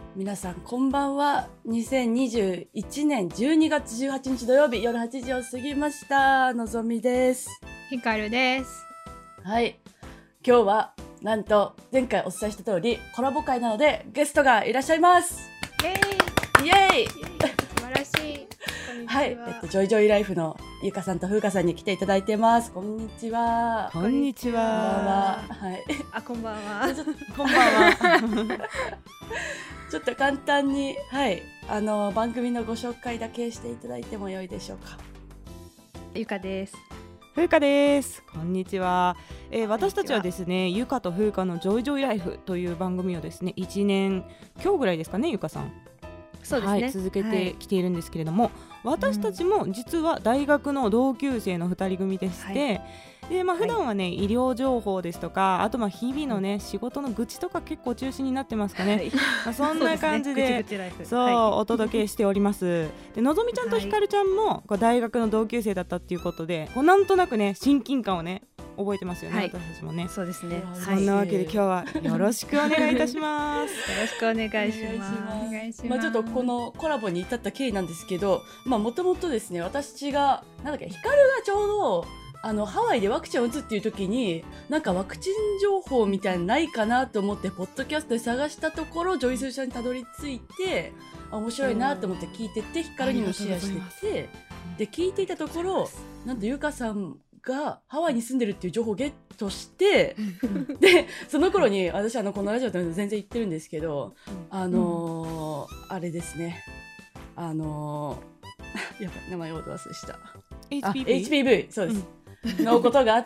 皆さんこんばんは。2021年12月18日土曜日夜8時を過ぎました。のぞみです。 ひかるです。 はい、今日はなんと前回お伝えした通りコラボ会なのでゲストがいらっしゃいます。イエーイ素晴らしい。 はい、ジョイジョイライフのゆかさんとふうかさんに来ていただいてます。こんにちは。 こんにちは。 はい。 こんばんは。 こんばんは。 ちょっと簡単に、はい、番組のご紹介だけしていただいてもよいでしょうか。 ゆかです。 ふうかです。こんにちは。私たちはですね、ゆかとふうかのジョイジョイライフという番組をですね、1年今日ぐらいですかね、ゆかさん。 そうですね。 はい、続けてきているんですけれども、私たちも実は大学の同級生の2人組でして、で普段はね、医療情報ですとか、あと日々のね、仕事の愚痴とか結構中心になってますかね。そんな感じでお届けしております。で、のぞみちゃんとひかるちゃんも大学の同級生だったっていうことで、なんとなくね、親近感をね覚えてますよね、私たちもね。 そうですね。 そんなわけで今日はよろしくお願いいたします。 よろしくお願いします。 ちょっとこのコラボに至った経緯なんですけど、もともとですね、私がなんだっけ、ヒカルがちょうどハワイでワクチンを打つっていう時に、なんかワクチン情報みたいなのないかなと思ってポッドキャストで探したところ、ジョイスー社にたどり着いて、面白いなと思って聞いてて、ヒカルにもシェアしてて、で聞いていたところ、なんとゆかさんがハワイに住んでるっていう情報をゲットして、でその頃に私このラジオで全然言ってるんですけど、あれですね、やばい、名前を忘れした。HPV そうです、のことがあって、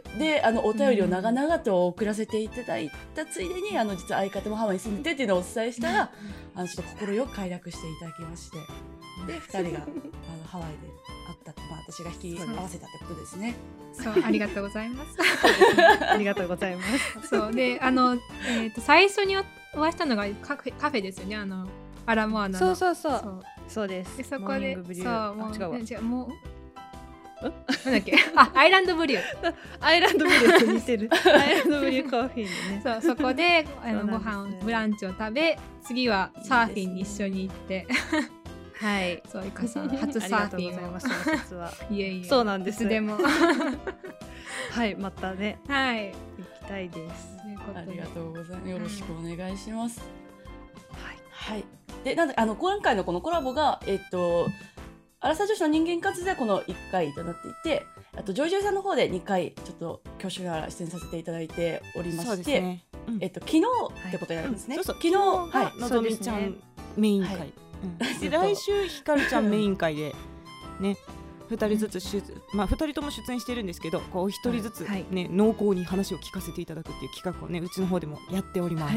でお便りを長々と送らせていただいたついでに、実は相方もハワイに住んでてっていうのをお伝えしたら、ちょっと快く快諾していただきまして、で2人がハワイで会ったって、私が引き合わせたってことですね。 そう、ありがとうございます。ありがとうございます。そうで、最初にお会いしたのがカフェですよね。アラモアナの。そうです。でそこで、もうなんだっけ、アイランドブリュー。アイランドブリューと似てる。アイランドブリューコーヒーでね。そこでご飯ブランチを食べ、次はサーフィンに一緒に行って。はい、そう、ゆかさん初サーフィンを。実はいえいえ、そうなんです。でもはい、またね、はい、行きたいです。 ありがとうございます。よろしくお願いします。はい。で、今回のこのコラボがアラサー女子の人間活ではこの1回となっていて、あとジョイジョイさんの方で2回ちょっと恐縮ながら出演させていただいておりまして、昨日ってことになるんですね。昨日がのぞみちゃんメイン会。来週ひかるちゃんメイン会でね、2人ずつ2人とも出演してるんですけど、お一人ずつね、濃厚に話を聞かせていただくっていう企画をね、うちの方でもやっております。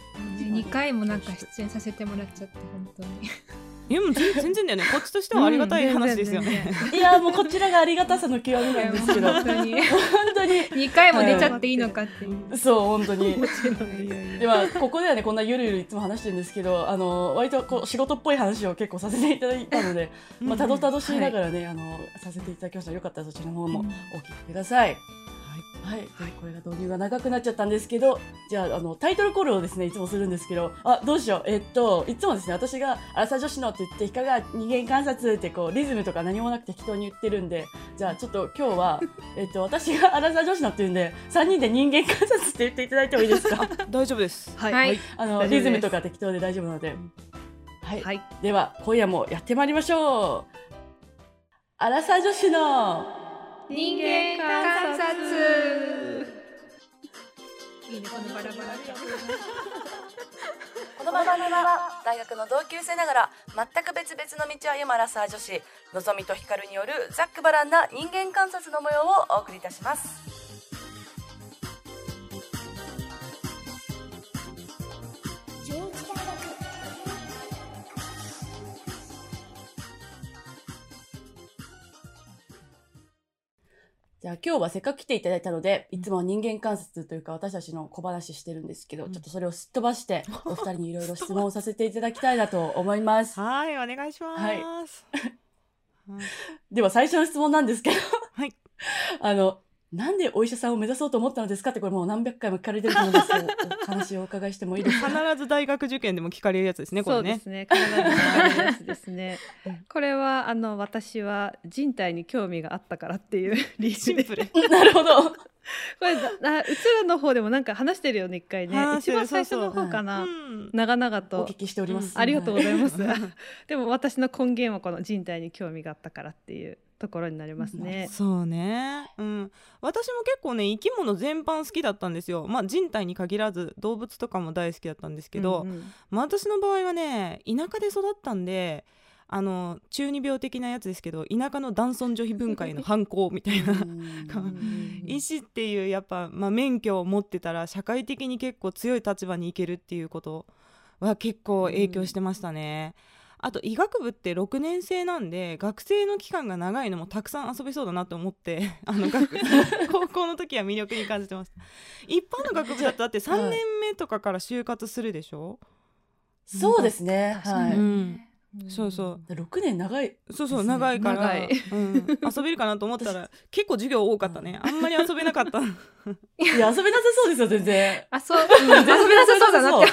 2回もなんか出演させてもらっちゃって本当に。 もう全然だよね。こっちとしてはありがたい話ですよね。 いや、もうこちらがありがたさの極みなんですけど、本当に 2回も出ちゃっていいのかっていう。 そう、本当に。でここではね、こんなゆるゆるいつも話してるんですけど、割と仕事っぽい話を結構させていただいたので、たどたどしいながらね、させていただきました。よかったらそちらの方もお聞きください。はい、これが導入が長くなっちゃったんですけど、じゃあタイトルコールをですね、いつもするんですけど、どうしよう。いつもですね、私がアラサー女子のって言って、ヒカが人間観察ってリズムとか何もなく適当に言ってるんで、じゃあちょっと今日は私がアラサー女子のって言うんで、3人で人間観察って言っていただいてもいいですか？ 大丈夫です。 はい。 リズムとか適当で大丈夫なので、はい。では今夜もやってまいりましょう。アラサー女子の人間観察。いいね、このバラバラ。 この番組は大学の同級生ながら全く別々の道を歩むアラサー女子のぞみとひかるによるざっくばらんな人間観察の模様をお送りいたします。じゃあ今日はせっかく来ていただいたので、いつも人間観察というか私たちの小話してるんですけど、ちょっとそれをすっ飛ばしてお二人にいろいろ質問をさせていただきたいなと思います。 はい、お願いします。 では最初の質問なんですけど、 はい、 なんでお医者さんを目指そうと思ったのですかって、これもう何百回も聞かれてると思うんですけど、お話をお伺いしてもいいですか？ 必ず大学受験でも聞かれるやつですね、これね。 そうですね、必ず聞かれるやつですね。これは私は人体に興味があったからっていう理由で。 シンプル。 なるほど。 これうちらの方でもなんか話してるよね、一回ね。一番最初の方かな、長々とお聞きしております。 ありがとうございます。でも私の根源はこの人体に興味があったからっていうところになりますね。 そうね、私も結構ね生き物全般好きだったんですよ。人体に限らず動物とかも大好きだったんですけど、私の場合はね田舎で育ったんで、中二病的なやつですけど、田舎の男尊女卑文化への反抗みたいな医師っていうやっぱ、免許を持ってたら社会的に結構強い立場に行けるっていうことは結構影響してましたね。あと医学部って6年生なんで学生の期間が長いのもたくさん遊べそうだなと思って高校の時は魅力に感じてます。一般の学部だとだって3年目とかから就活するでしょ。 そうですね、はい、 そうそう、 6年長い、 そう長いから遊べるかなと思ったら結構授業多かったね。あんまり遊べなかったいや遊べなさそうですよ全然。 遊べなさそうだなって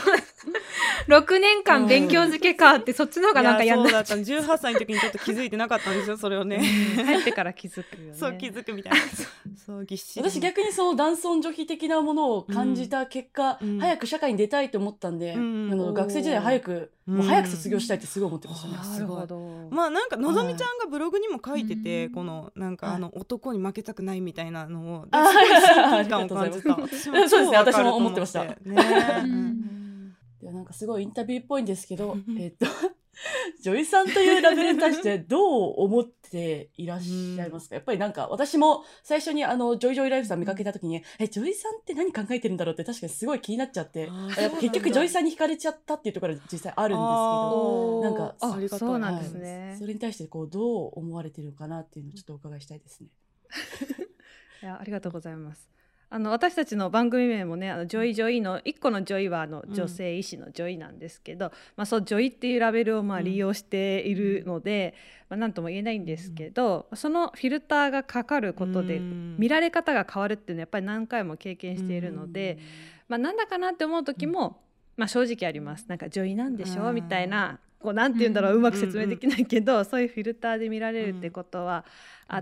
6年間勉強漬けかって、そっちの方がなんかやんなっちゃう。 そうだった。18歳の時にちょっと気づいてなかったんですよ、それをね。 帰ってから気づくよね。 そう気づくみたいなそうぎっしり。 私逆にその男尊女卑的なものを感じた結果、早く社会に出たいと思ったんで、学生時代早く卒業したいってすごい思ってましたね。 なるほど。 なんかのぞみちゃんがブログにも書いてて、このなんか男に負けたくないみたいなのをすごい親近感を感じた。 そうですね、私も思ってましたね。なんかすごいインタビューっぽいんですけど女医さんというラベルに対してどう思っていらっしゃいますか？やっぱりなんか私も最初にジョイジョイライフさん見かけた時に女医さんって何考えてるんだろうって確かにすごい気になっちゃって、やっぱ結局女医さんに惹かれちゃったっていうところが実際あるんですけど、なんかそうなんですね。 それに対してこうどう思われてるのかなっていうのをちょっとお伺いしたいですね。 いや、ありがとうございます。私たちの番組名もね、ジョイジョイの1個のジョイは女性医師のジョイなんですけど、そうジョイっていうラベルを利用しているので、何とも言えないんですけど、そのフィルターがかかることで見られ方が変わるっていうのはやっぱり何回も経験しているので、なんだかなって思う時も、正直あります。なんかジョイなんでしょみたいな、なんて言うんだろう、うまく説明できないけど、そういうフィルターで見られるってことはあって、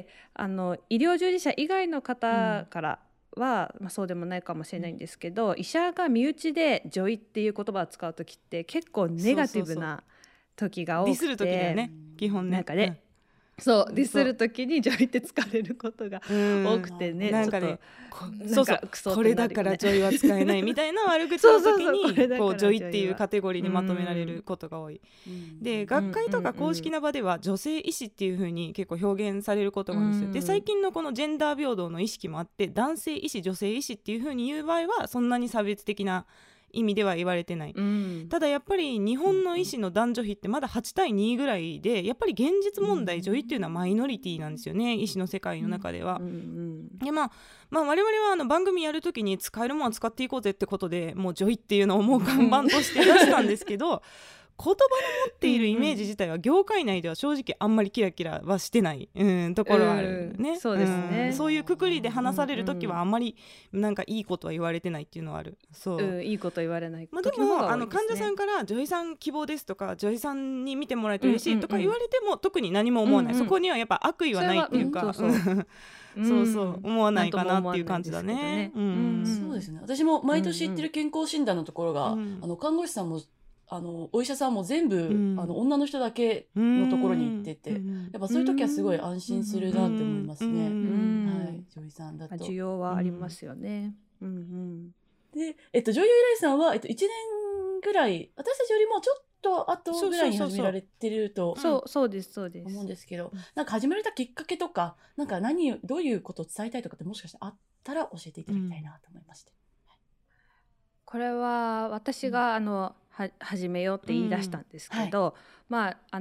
医療従事者以外の方からは、そうでもないかもしれないんですけど、医者が身内でジョイっていう言葉を使う時って結構ネガティブな時が多くて、 ディスる時だよね、基本ね。 なんかね、そうディスる時にジョイって使われることが多くてね、 なんかね、 そうこれだからジョイは使えないみたいな悪口の時にこうジョイっていうカテゴリーにまとめられることが多い。で学会とか公式な場では女性医師っていう風に結構表現されることが多いんですよ。で最近のこのジェンダー平等の意識もあって、男性医師女性医師っていう風に言う場合はそんなに差別的な意味では言われてない、ただやっぱり日本の医師の男女比ってまだ8対2ぐらいで、やっぱり現実問題女医っていうのはマイノリティなんですよね、医師の世界の中では。で我々は番組やるときに使えるものは使っていこうぜってことで、もう女医っていうのをもう看板として出したんですけど言葉の持っているイメージ自体は業界内では正直あんまりキラキラはしてない、ところはあるね。 そうですね、 そういうくくりで話されるときはあんまりなんかいいことは言われてないっていうのはある。そう、 いいこと言われないでも患者さんから女医さん希望ですとか女医さんに見てもらえて嬉しいとか言われても特に何も思わない、そこにはやっぱ悪意はないっていうか、そう思わないかなっていう感じだね。 そうですね、私も毎年行ってる健康診断のところが、看護師さんもお医者さんも全部、女の人だけのところに行ってて、やっぱそういう時はすごい安心するなって思いますね。はい、女医さんだと需要はありますよね。 で、女優イライさんは、1年ぐらい私たちよりもちょっと後ぐらいに始められてるとそうです思うんですけど、なんか始められたきっかけとか、なんかどういうことを伝えたいとかってもしかしてあったら教えていただきたいなと思いまして。 これは私が始めようって言い出したんですけど、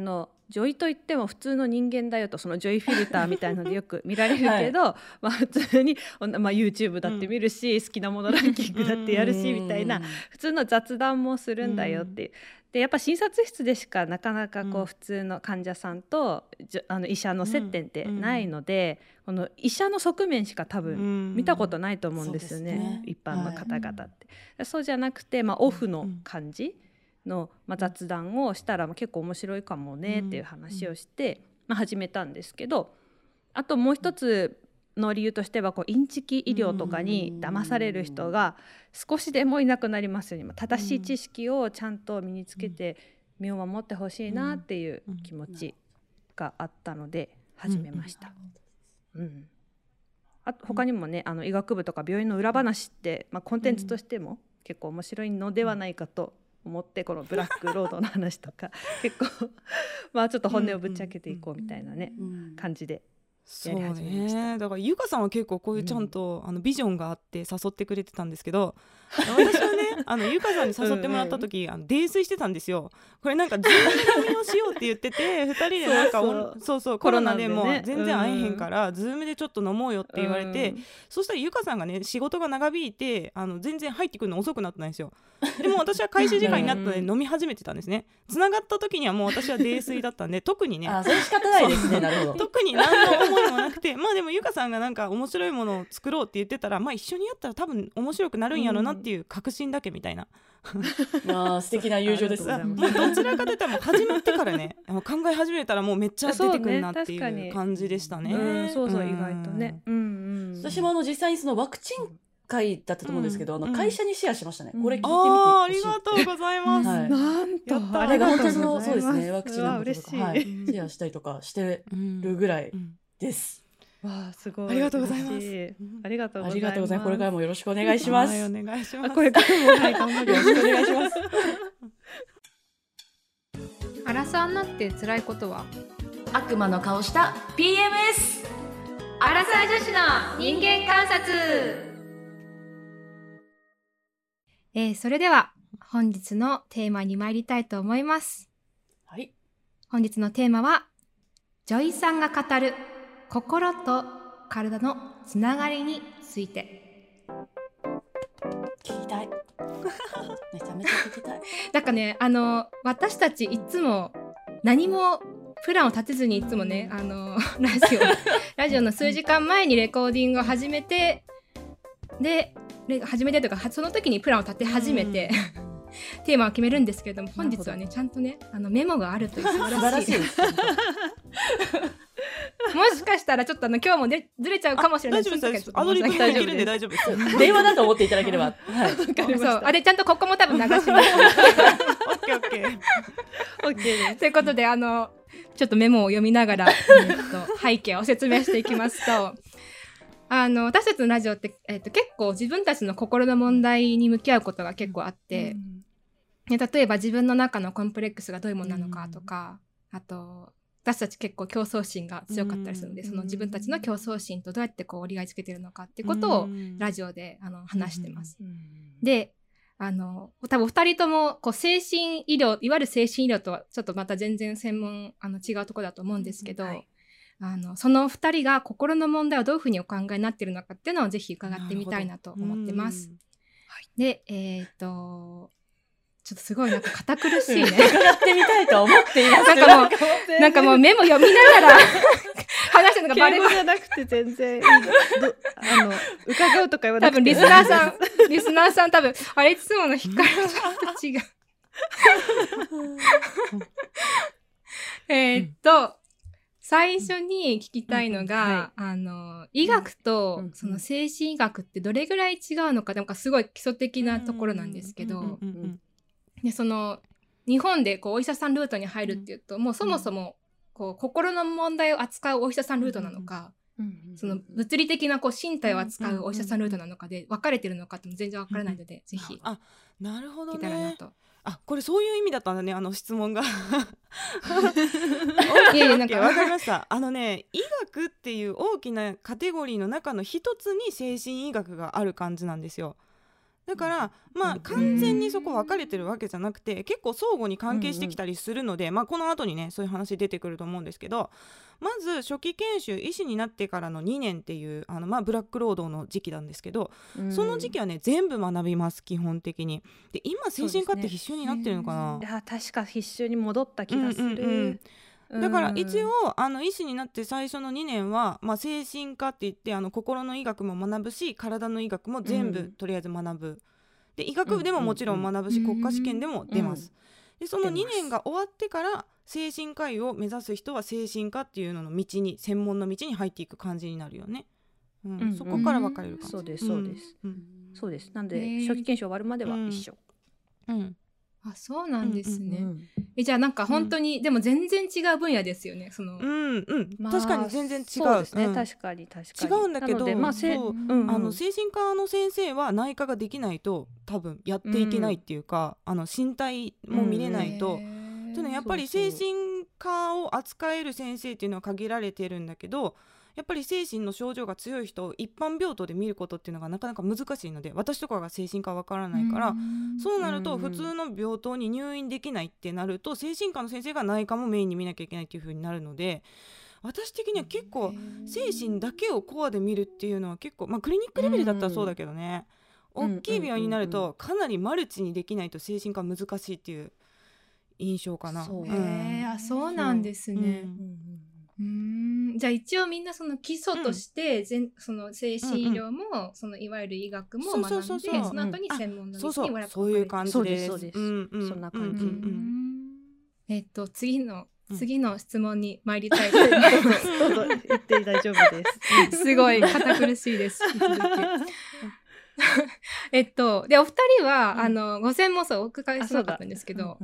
女医といっても普通の人間だよと、その女医フィルターみたいのでよく見られるけど、まあ普通に、YouTube だって見るし、好きなものランキングだってやるしみたいな普通の雑談もするんだよっていう。でやっぱ診察室でしかなかなかこう普通の患者さんと医者の接点ってないので、この医者の側面しか多分見たことないと思うんですよね、一般の方々って。そうじゃなくて、オフの感じの、雑談をしたら結構面白いかもねっていう話をして、始めたんですけど、あともう一つの理由としては、こうインチキ医療とかに騙される人が少しでもいなくなりますように、正しい知識をちゃんと身につけて身を守ってほしいなっていう気持ちがあったので始めました。あと他にもね、医学部とか病院の裏話って、コンテンツとしても結構面白いのではないかと思って、このブラックロードの話とか結構ちょっと本音をぶっちゃけていこうみたいなね、感じでやり始めました。 だからゆかさんは結構こういうちゃんと、ビジョンがあって誘ってくれてたんですけど、私はねゆかさんに誘ってもらった時泥酔してたんですよ。これなんかズームで飲みをしようって言ってて2人でなんかそうコロナでも全然会えへんからズームでちょっと飲もうよって言われて、そしたらゆかさんがね仕事が長引いて全然入ってくるの遅くなったんですよ。でも私は開始時間になったので飲み始めてたんですね。繋がった時にはもう私は泥酔だったんで特にねそれ仕方ないですね。なるほど。 特に何の思いもなくてでもゆかさんがなんか面白いものを作ろうって言ってたら、一緒にやったら多分面白くなるんやろなっていう確信だけみたいな、 素敵な友情です。 もうどちらかといったら始まってからね考え始めたらもうめっちゃ出てくるなっていう感じでしたね。 意外とね。 私も実際にそのワクチン会だったと思うんですけど、会社にシェアしましたね。これ聞いてみてありがとうございます。 なんとあれが本当にそうですね、ワクチンのこととか、シェアしたりとかしてるぐらいです。 わあすごい。 ありがとうございます。 ありがとうございます。 これからもよろしくお願いします。 お願いします。 これからも頑張りよろしくお願いします。 アラサーになって辛いことは悪魔の顔した PMS。 アラサー女子の人間観察。それでは本日のテーマに参りたいと思います。 はい。 本日のテーマはジョイさんが語る心と体のつながりについて。 聞きたい。めちゃめちゃ聞きたい。 なんかね、私たちいつも何もプランを立てずにいつもね、ラジオの数時間前にレコーディングを始めて、で始めてというかその時にプランを立て始めてテーマを決めるんですけれども、本日はねちゃんとねメモがあるという素晴らしいもしかしたらちょっと今日もねずれちゃうかもしれない。 大丈夫です。アドリブできるんで大丈夫です。 電話だと思っていただければ。はい。 わかりました。ちゃんとここも多分流します。 オッケーです。ということでちょっとメモを読みながら背景を説明していきますと。私たちのラジオって、結構自分たちの心の問題に向き合うことが結構あって、例えば自分の中のコンプレックスがどういうものなのかとか、あと私たち結構競争心が強かったりするので、その自分たちの競争心とどうやって折り合いつけてるのかってことをラジオで話してます。で多分2人とも精神医療、いわゆる精神医療とはちょっとまた全然専門違うところだと思うんですけど、その2人が心の問題をどういうふうにお考えになっているのかっていうのをぜひ伺ってみたいなと思ってます。でちょっとすごいなんか堅苦しいね。 伺ってみたいと思っています。 なんかもうメモ読みながら話してるのがバレる。敬語じゃなくて全然伺うとか言わなくて。 多分リスナーさん多分あれいつもの光のさんと違う。最初に聞きたいのが、医学とその精神医学ってどれぐらい違うのか、なんかすごい基礎的なところなんですけど、でその日本でお医者さんルートに入るっていうと、もうそもそも心の問題を扱うお医者さんルートなのか、その物理的な身体を扱うお医者さんルートなのかで分かれてるのかっても全然分からないので、ぜひなるほど聞けたらなと。 これそういう意味だったんだね、質問が。 いやなんか分かりました。医学っていう大きなカテゴリーの中の一つに精神医学がある感じなんですよ。 だからまあ完全にそこ分かれてるわけじゃなくて結構相互に関係してきたりするので、まあこの後にねそういう話出てくると思うんですけど、まず初期研修医師になってからの2年っていうまあブラック労働の時期なんですけど、その時期はね全部学びます基本的に。で今精神科って必修になってるのかな。 いや確か必修に戻った気がする。 だから一応医師になって最初の2年は、まあ、精神科って言って心の医学も学ぶし体の医学も全部とりあえず学ぶ。で医学部でももちろん学ぶし、国家試験でも出ます。でその2年が終わってから精神科医を目指す人は精神科っていうのの道に専門の道に入っていく感じになるよね。そこから分かれる感じ。 そうですそうです、そうです。なんで初期研修終わるまでは一緒。 あ、そうなんですね。じゃあなんか本当に、でも全然違う分野ですよね。その確かに全然違う。 そうですね、確かに違うんだけど、 まあ精神科の先生は内科ができないと多分やっていけないっていうか、身体も見れないと、やっぱり精神科を扱える先生っていうのは限られてるんだけど、やっぱり精神の症状が強い人を一般病棟で見ることっていうのがなかなか難しいので、私とかが精神科わからないから、そうなると普通の病棟に入院できないってなると、精神科の先生が内科もメインに見なきゃいけないっていう風になるので、私的には結構精神だけをコアで見るっていうのは結構、まあクリニックレベルだったらそうだけどね、大きい病院になるとかなりマルチにできないと精神科難しいっていう印象かな。 そうなんですね。じゃあ一応みんなその基礎として、その精神医療も、そのいわゆる医学も学んで、その後に専門の道にそういう感じです。 そうです、そんな感じ。 次の質問に参りたいと思います。 どうぞ言って大丈夫です。 すごい堅苦しいです。でお二人は、ご専門お伺いしなかったんですけど、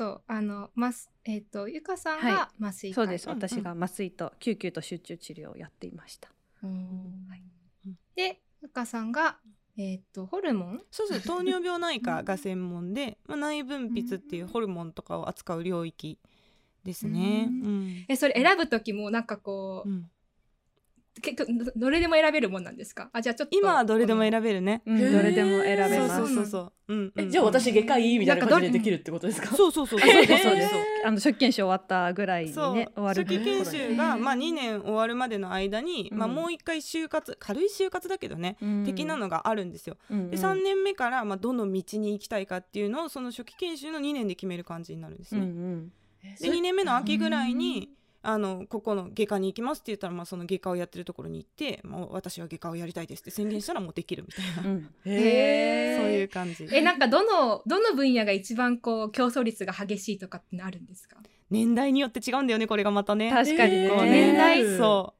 ゆかさんが麻酔科、 そうです。私が麻酔と救急と集中治療をやっていました。 でゆかさんがホルモン、 そう糖尿病内科が専門で、内分泌っていうホルモンとかを扱う領域ですね。 それ選ぶ時もなんかこう、結局どれでも選べるもんなんですか？じゃあちょっと今はどれでも選べるね。 どれでも選べます。 じゃあ私外科医みたいな感じでできるってことですか？ そうです。初期研修終わったぐらいにね、終わる。 初期研修が2年終わるまでの間に、もう一回就活、軽い就活だけどね、的なのがあるんですよ。で3年目からどの道に行きたいかっていうのをその初期研修の2年で決める感じになるんですね。で2年目の秋ぐらいにここの外科に行きますって言ったら、その外科をやってるところに行って、もう私は外科をやりたいですって宣言したらもうできるみたいな、そういう感じ。 なんかどの分野が一番こう競争率が激しいとかってあるんですか？ 年代によって違うんだよね、これがまたね。 確かにね、 年代、 競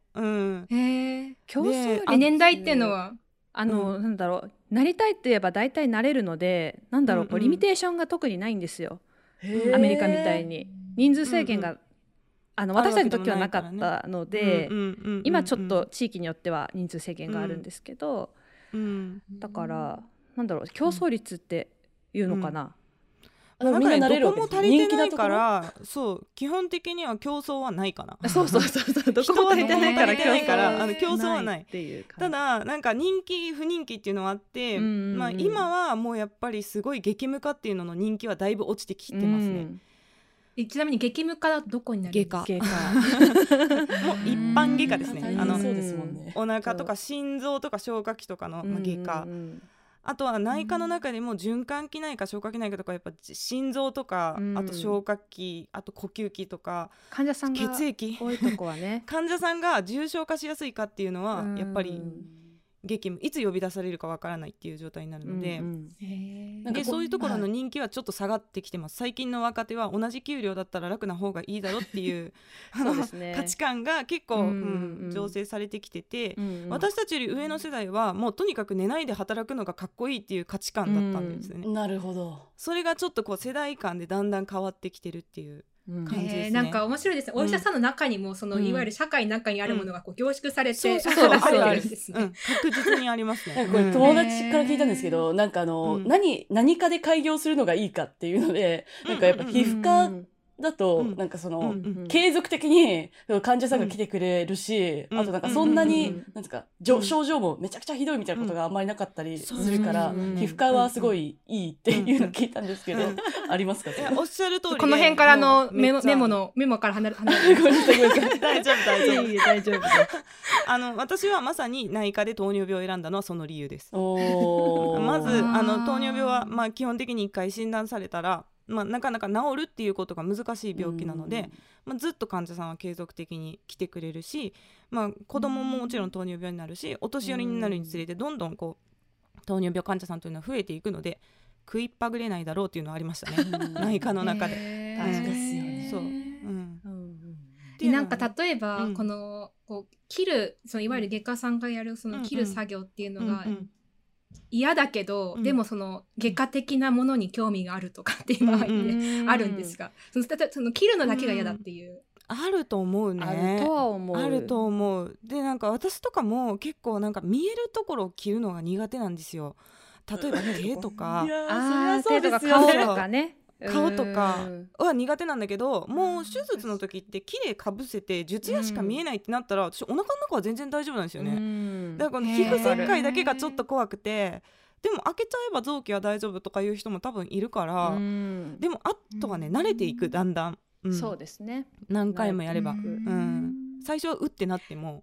争年代っていうのはなんだろう、なりたいって言えば大体なれるので、なんだろう、リミテーションが特にないんですよ。アメリカみたいに人数制限が私たちの時はなかったので、今ちょっと地域によっては人数制限があるんですけど、だからなんだろう、競争率っていうのかな、 なんかね、どこも足りてないから、基本的には競争はないかな。 どこも足りてないから競争はないっていう。ただなんか人気不人気っていうのはあって、今はもうやっぱりすごい激務化っていうのの人気はだいぶ落ちてきてますね。 ちなみに激務化だとどこになるんですか？ 外科もう一般外科ですね。お腹とか心臓とか消化器とかの外科、あとは内科の中でも循環器内科、消化器内科とか、やっぱ心臓とか、あと消化器、あと呼吸器とか、 患者さんが血液多いとこはね患者さんが重症化しやすいかっていうのはやっぱり激務、いつ呼び出されるかわからないっていう状態になるので、でそういうところの人気はちょっと下がってきてます。最近の若手は同じ給料だったら楽な方がいいだろっていう価値観が結構醸成されてきてて、私たちより上の世代はもうとにかく寝ないで働くのがかっこいいっていう価値観だったんですよね。 なるほど。 それがちょっとこう世代間でだんだん変わってきてるっていう感じですね。 なんか面白いですね。お医者さんの中にもそのいわゆる社会の中にあるものがこう凝縮されて確実にありますね。 これ友達から聞いたんですけど、なんか何科で開業するのがいいかっていうので、なんかやっぱ皮膚科だと、なんかその、継続的に患者さんが来てくれるし、あとなんかそんなに、なんですか、症状もめちゃくちゃひどいみたいなことがあんまりなかったりするから、皮膚科はすごいいいっていうのを聞いたんですけど、ありますか？ おっしゃる通りで、 この辺からのメモから離れてごめんなさい大丈夫大丈夫私はまさに内科で糖尿病を選んだのはその理由です。まず糖尿病は、基本的に1回診断されたら、なかなか治るっていうことが難しい病気なので、ずっと患者さんは継続的に来てくれるし、子供ももちろん糖尿病になるし、お年寄りになるにつれてどんどんこう糖尿病患者さんというのは増えていくので、食いっぱぐれないだろうっていうのはありましたね内科の中で。 確かですよね。 そう、 なんか例えば、こう切る、そのいわゆる外科さんがやるその切る作業っていうのが嫌だけど、でもその外科的なものに興味があるとかっていう場合ってあるんですが、その切るのだけが嫌だっていう。 あると思うね。 あるとは思う。 あると思う。でなんか私とかも結構なんか見えるところを切るのが苦手なんですよ。例えば手とか、 手とか顔とかね。 顔とかは苦手なんだけど、もう手術の時って綺麗かぶせて術野しか見えないってなったら、私お腹の中は全然大丈夫なんですよね。だからこの皮膚切開だけがちょっと怖くて、でも開けちゃえば臓器は大丈夫とかいう人も多分いるから、でもあとはね慣れていく、だんだん、 そうですね、 何回もやれば、最初はうってなっても、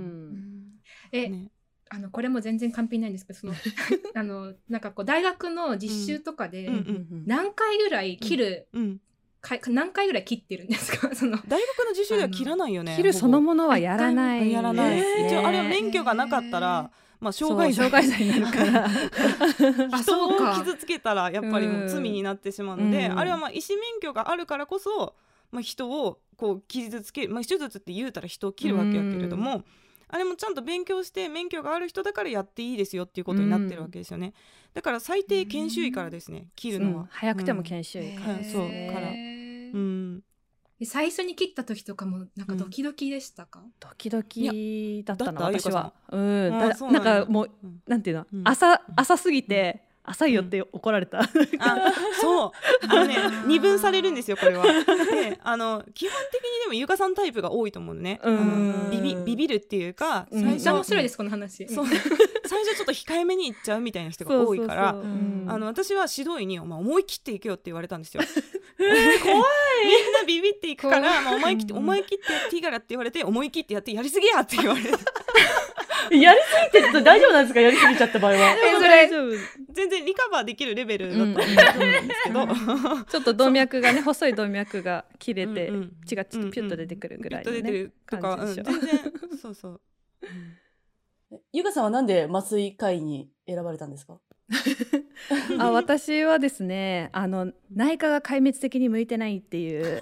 これも全然完璧ないんですけど、そのなんかこう大学の実習とかで何回ぐらい切る、何回ぐらい切ってるんですか？その大学の実習では切らないよね。 切るそのものはやらない。 一応あれは免許がなかったら、傷害罪になるから人を傷つけたらやっぱりもう罪になってしまうので、あれは医師免許があるからこそ、人をこう傷つける、手術って言うたら人を切るわけやけれども、あれもちゃんと勉強して免許がある人だからやっていいですよっていうことになってるわけですよね。だから最低研修医からですね、切るのは、 早くても研修医から、 そうから、 最初に切った時とかもなんかドキドキでしたか？ ドキドキだったの、私は。 なんかもうなんていうの、浅すぎて浅いよって怒られた。 そう二分されるんですよこれは。で基本的にでもゆかさんタイプが多いと思うね。ビビるっていうか、 最初面白いですこの話。 最初ちょっと控えめにいっちゃうみたいな人が多いから、私は指導医に思い切っていけよって言われたんですよ。怖い。みんなビビっていくから、思い切ってやっていいからって言われて、思い切ってやってやりすぎやって言われて。 やりすぎて大丈夫なんですか？やりすぎちゃった場合は。 大丈夫。全然リカバーできるレベルだったんですけど、 ちょっと動脈がね、細い動脈が切れて血がちょっとピュッと出てくるぐらいのね感じでしょ。 全然そうそう。 ゆかさんはなんで麻酔科医に選ばれたんですか？ 私はですね、内科が壊滅的に向いてないっていう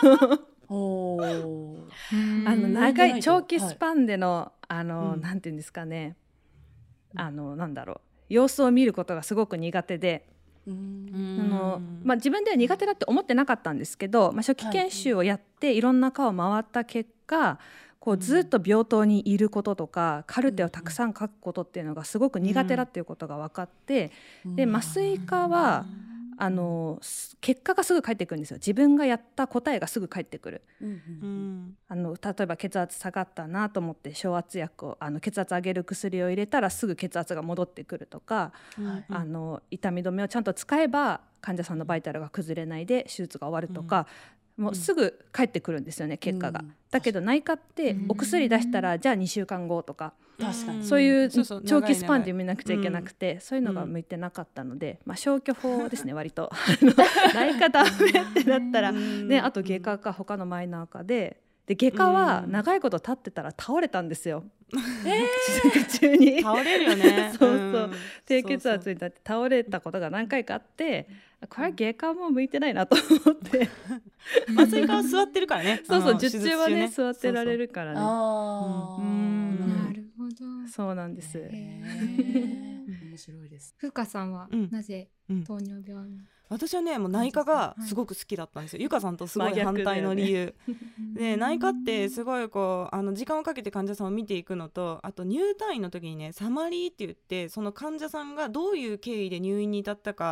長い長期スパンでのなんていうんですかね、なんだろう、様子を見ることがすごく苦手で、自分では苦手だって思ってなかったんですけど、初期研修をやっていろんな科を回った結果、こうずっと病棟にいることとか、カルテをたくさん書くことっていうのがすごく苦手だっていうことが分かって、で麻酔科は結果がすぐ返ってくるんですよ。自分がやった答えがすぐ返ってくる。例えば血圧下がったなと思って昇圧薬を血圧上げる薬を入れたらすぐ血圧が戻ってくるとか、痛み止めをちゃんと使えば患者さんのバイタルが崩れないで手術が終わるとか、もうすぐ返ってくるんですよね、結果が。だけど内科ってお薬出したらじゃあ2週間後とか、そういう長期スパンで見なくちゃいけなくて、そういうのが向いてなかったので、消去法ですね割と。内科ダメってなったら、あと外科か他のマイナー科で外科は長いこと経ってたら倒れたんですよ。手術中に倒れるよね。 そう低血圧になって倒れたことが何回かあって、これは外科も向いてないなと思って。 麻酔科は座ってるからね。 術中はね座ってられるからね。 なるほど。 そうなんです。 面白いです。 ふうかさんはなぜ糖尿病に？ 私はねもう内科がすごく好きだったんですよ。ゆかさんとすごい反対の理由で、内科ってすごいこう時間をかけて患者さんを見ていくのと、あと入退院の時にねサマリーって言って、その患者さんがどういう経緯で入院に至ったか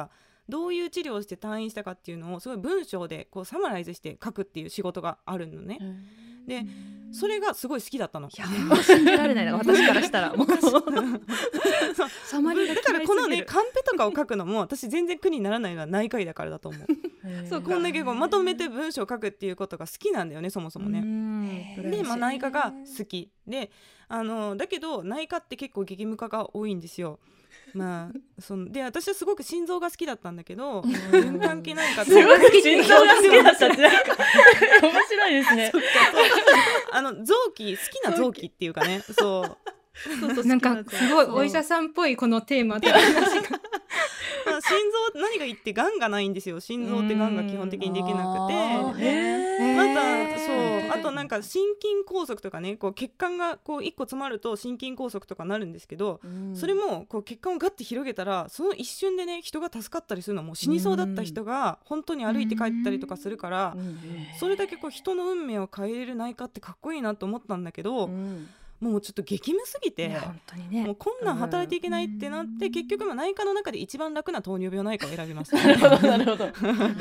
どういう治療をして退院したかっていうのをすごい文章でこうサマライズして書くっていう仕事があるのね。でそれがすごい好きだったの。 いや信じられないな私からしたらもうサマリだからこのねカンペとかを書くのも私全然苦にならないのは内科医だからだと思う。そうこんだけこうまとめて文章を書くっていうことが好きなんだよねそもそもね。で、内科が好きでだけど内科って結構激務科が多いんですよ。で私はすごく心臓が好きだったんだけど循環器内科ってすごく心臓が好きだったってなんか面白いですね。 臓器好きな臓器っていうかねそうなんかすごいお医者さんっぽいこのテーマで話が心臓何がいいってがんがないんですよ。心臓ってがんが基本的にできなくてまたあとなんか心筋梗塞とかねこう血管がこう1個詰まると心筋梗塞とかなるんですけどそれもこう血管をガッて広げたらその一瞬でね人が助かったりするのも死にそうだった人が本当に歩いて帰ったりとかするからそれだけこう人の運命を変えれる内科ってかっこいいなと思ったんだけどもうちょっと激務すぎて本当に、ね、 もうこんなん働いていけないってなって結局内科の中で一番楽な糖尿病内科を選びました、 ね、なるほど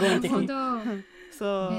そう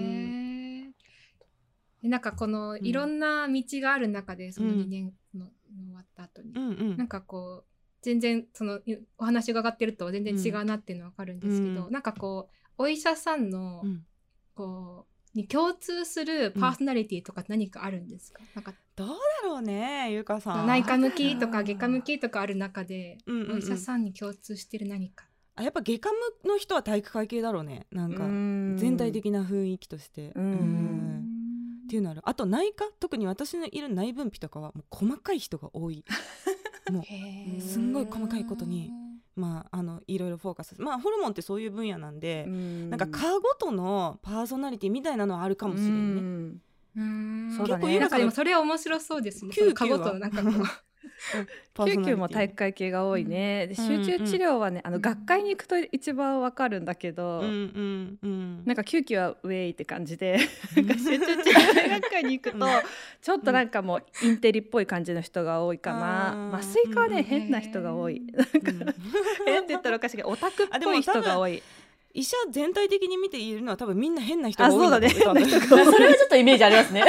なんかこのいろんな道がある中でその2年の終わった後に、なんかこう全然そのお話伺ってると全然違うなっていうのは分かるんですけど、なんかこうお医者さんのこうに共通するパーソナリティとか何かあるんですか？なんかどうだろうねゆかさん。 内科向きとか外科向きとかある中で、お医者さんに共通してる何か。 やっぱ外科の人は体育会系だろうね。なんか全体的な雰囲気としてっていうのある。あと内科特に私のいる内分泌とかはもう細かい人が多いもうすんごい細かいことにいろいろフォーカスホルモンってそういう分野なんでなんか科ごとのパーソナリティみたいなのはあるかもしれんね。 そうだね。なんかでもそれは面白そうですね。科ごとのなんかこう救急も体育会系が多いね。で集中治療はね学会に行くと一番わかるんだけど、なんか救急はウェイって感じでなんか集中治療学会に行くとちょっとなんかもうインテリっぽい感じの人が多いかな。麻酔科はね変な人が多い。なんか変って言ったらおかしいけどオタクっぽい人が多い。 医者全体的に見ているのは多分みんな変な人が多い。 そうだね。 それはちょっとイメージありますね。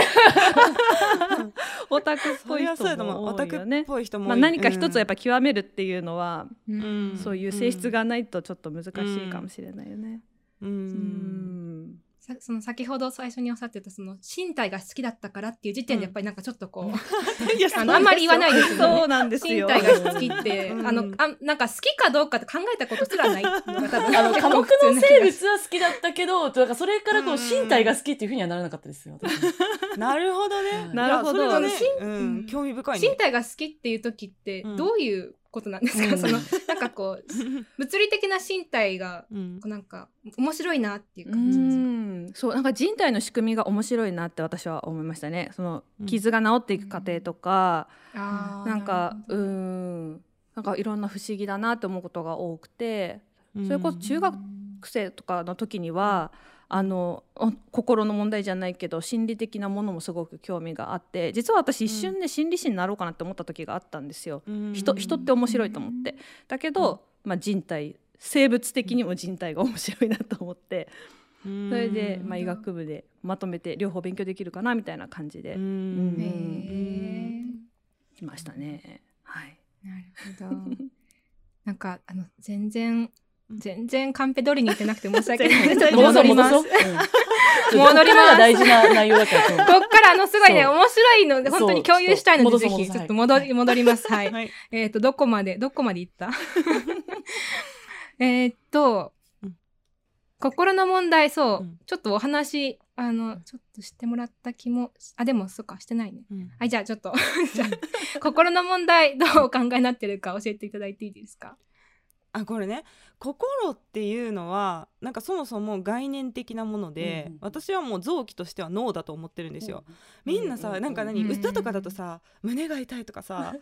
オタクっぽい人も多いよね。 何か一つやっぱ極めるっていうのは、そういう性質がないとちょっと難しいかもしれないよね。 その先ほど最初におっしゃってたその身体が好きだったからっていう時点でやっぱりなんかちょっとこうあんまり言わないですよね。 そうなんですよ。 身体が好きってなんか好きかどうかって考えたことすらないのが多分科目の生物は好きだったけどなんかそれからこう身体が好きっていうふうにはならなかったですよ。 なるほどね。 なるほどね。 興味深いね。 身体が好きっていう時ってどういうことなんですか？そのなんかこう物理的な身体がなんか面白いなっていう感じです。 そうなんか人体の仕組みが面白いなって私は思いましたね。その傷が治っていく過程とか、なんかいろんな不思議だなって思うことが多くて、それこそ中学生とかの時には心の問題じゃないけど心理的なものもすごく興味があって実は私一瞬ね、心理師になろうかなって思った時があったんですよ。人って面白いと思ってだけど、人体生物的にも人体が面白いなと思ってそれで、医学部でまとめて両方勉強できるかなみたいな感じで来ましたね。はい、 なるほど。なんか全然カンペ通りに行ってなくて申し訳ないです。 戻ります。 戻ります。 大事な内容だから。 こっからすごいね面白いので本当に共有したいのでぜひちょっと戻ります。はい。どこまで行った？心の問題ちょっとお話ちょっとしてもらった気もでもそうかしてないね。じゃあちょっとじゃあ心の問題どうお考えになってるか教えていただいていいですか？ これね心っていうのはなんかそもそも概念的なもので、私はもう臓器としては脳だと思ってるんですよ。みんなさなんか歌とかだとさ胸が痛いとかさ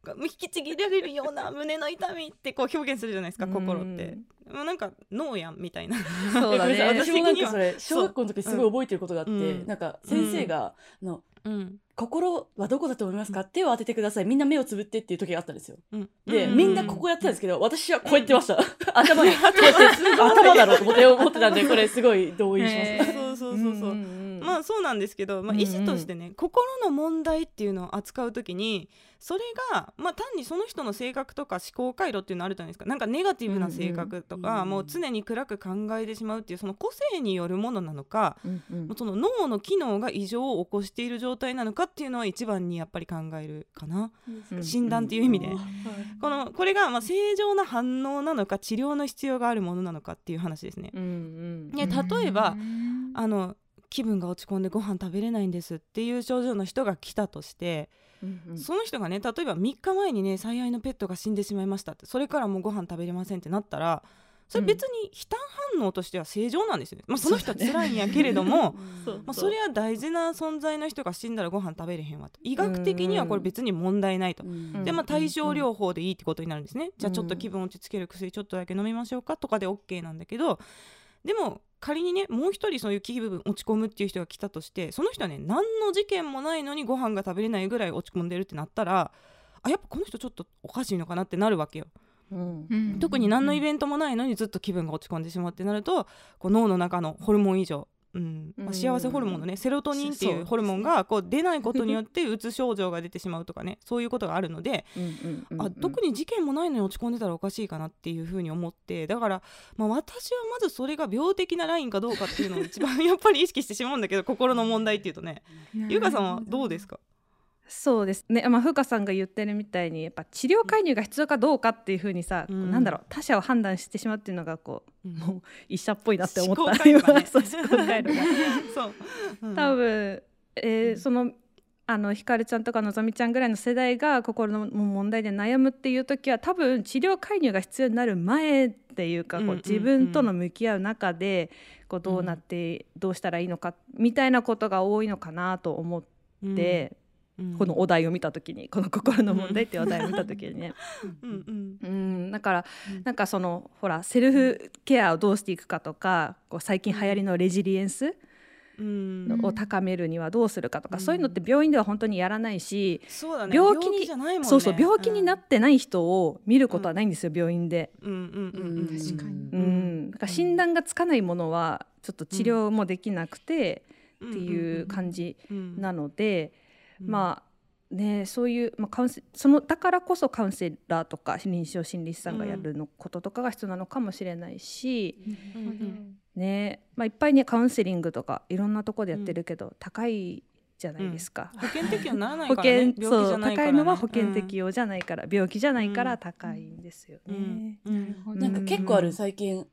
引きちぎられるような胸の痛みってこう表現するじゃないですか、心って。もうなんか脳やんみたいな。 そうだね。 私もなんかそれ小学校の時すごい覚えてることがあって、なんか先生が心はどこだと思いますか、手を当ててください、みんな目をつぶってっていう時があったんですよ。で、みんなここやってたんですけど、私はこうやってました。頭に頭だろうと思ってたんで、これすごい同意します。 そうまあそうなんですけど、医師としてね、心の問題っていうのを扱うときに、それが単にその人の性格とか思考回路っていうのあるじゃないですか。なんかネガティブな性格とか、もう常に暗く考えてしまうっていうその個性によるものなのか、その脳の機能が異常を起こしている状態なのかっていうのは一番にやっぱり考えるかな、診断っていう意味で、これが正常な反応なのか治療の必要があるものなのかっていう話ですね。例えば気分が落ち込んでご飯食べれないんですっていう症状の人が来たとして、その人がね、例えば3日前にね最愛のペットが死んでしまいましたって、それからもうご飯食べれませんってなったら、それ別に悲嘆反応としては正常なんですよね。その人は辛いんやけれども、それは大事な存在の人が死んだらご飯食べれへんわと、医学的にはこれ別に問題ないと。で対症療法でいいってことになるんですね。じゃあちょっと気分落ち着ける薬ちょっとだけ飲みましょうかとかで OK なんだけど、でも仮にねもう一人そういう気分落ち込むっていう人が来たとして、その人はね何の事件もないのにご飯が食べれないぐらい落ち込んでるってなったら、やっぱこの人ちょっとおかしいのかなってなるわけよ。特に何のイベントもないのにずっと気分が落ち込んでしまうってなると、こう脳の中のホルモン異常、幸せホルモンのねセロトニンっていうホルモンがこう出ないことによってうつ症状が出てしまうとかね、そういうことがあるので、特に事件もないのに落ち込んでたらおかしいかなっていうふうに思って、だから、私はまずそれが病的なラインかどうかっていうのを一番やっぱり意識してしまうんだけど心の問題っていうとね、ゆかさんはどうですか？ そうですね、風花さんが言ってるみたいにやっぱ治療介入が必要かどうかっていうふうにさ、なんだろう、他者を判断してしまうっていうのがもう医者っぽいなって思った。思考回路がねそう多分、そのひかるちゃんとかのぞみちゃんぐらいの世代が心の問題で悩むっていう時は、多分治療介入が必要になる前っていうか、自分との向き合う中でどうなってどうしたらいいのかみたいなことが多いのかなと思って、このお題を見た時に、この心の問題っていうお題を見た時にねだからなんかほらセルフケアをどうしていくかとか、最近流行りのレジリエンスを高めるにはどうするかとか、そういうのって病院では本当にやらないし、病気に病気になってない人を見ることはないんですよ、病院で。確かに。だから診断がつかないものはちょっと治療もできなくてっていう感じなので、そういう、だからこそカウンセラーとか臨床心理士さんがやることとかが必要なのかもしれないし、いっぱいねカウンセリングとかいろんなところでやってるけど、高いじゃないですか。 保険適用にならないからね。 高いのは保険適用じゃないから、病気じゃないから高いんですよね。 なんか結構ある、最近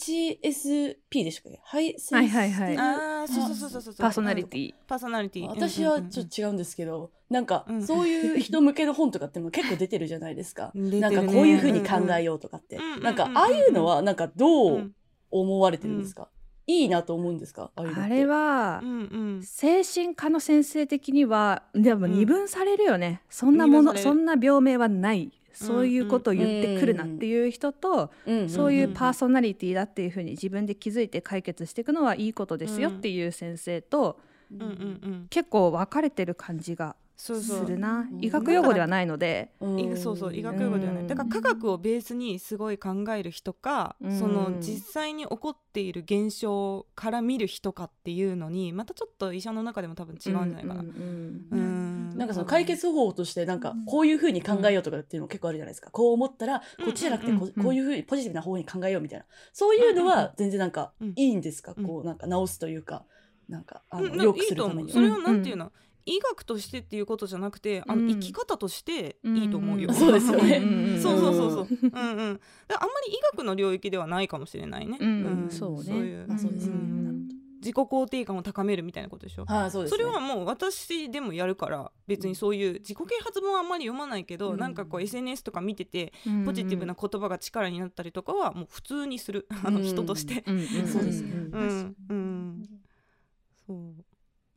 HSP でしたっけ？はいはい。 そうパーソナリティ。 私はちょっと違うんですけど、なんかそういう人向けの本とかっても結構出てるじゃないですか。なんかこういう風に考えようとかって、なんかああいうのはなんかどう思われてるんですか？いいなと思うんですか？ あれは、精神科の先生的にはでも二分されるよね。そんな病名はない、そういうことを言ってくるなっていう人と、そういうパーソナリティだっていうふうに自分で気づいて解決していくのはいいことですよっていう先生と、結構分かれてる感じがするな。医学用語ではないので、 医学用語ではない。だから科学をベースにすごい考える人か、その実際に起こっている現象から見る人かっていうのにまたちょっと医者の中でも多分違うんじゃないかな。 なんかその解決方法としてなんかこういう風に考えようとかっていうの結構あるじゃないですか。こう思ったらこっちじゃなくてこういう風にポジティブな方に考えようみたいな、そういうのは全然なんかいいんですか？こうなんか直すというか、なんか良くするために。 それはなんていうの、医学としてっていうことじゃなくて、生き方としていいと思うよ。 そうですよね。 そうだからあんまり医学の領域ではないかもしれないね。 そうですね。 自己肯定感を高めるみたいなことでしょ。 そうですね。 それはもう私でもやるから、別にそういう自己啓発本はあんまり読まないけど、なんかこう SNS とか見ててポジティブな言葉が力になったりとかはもう普通にする、人として。 そうですね。 そう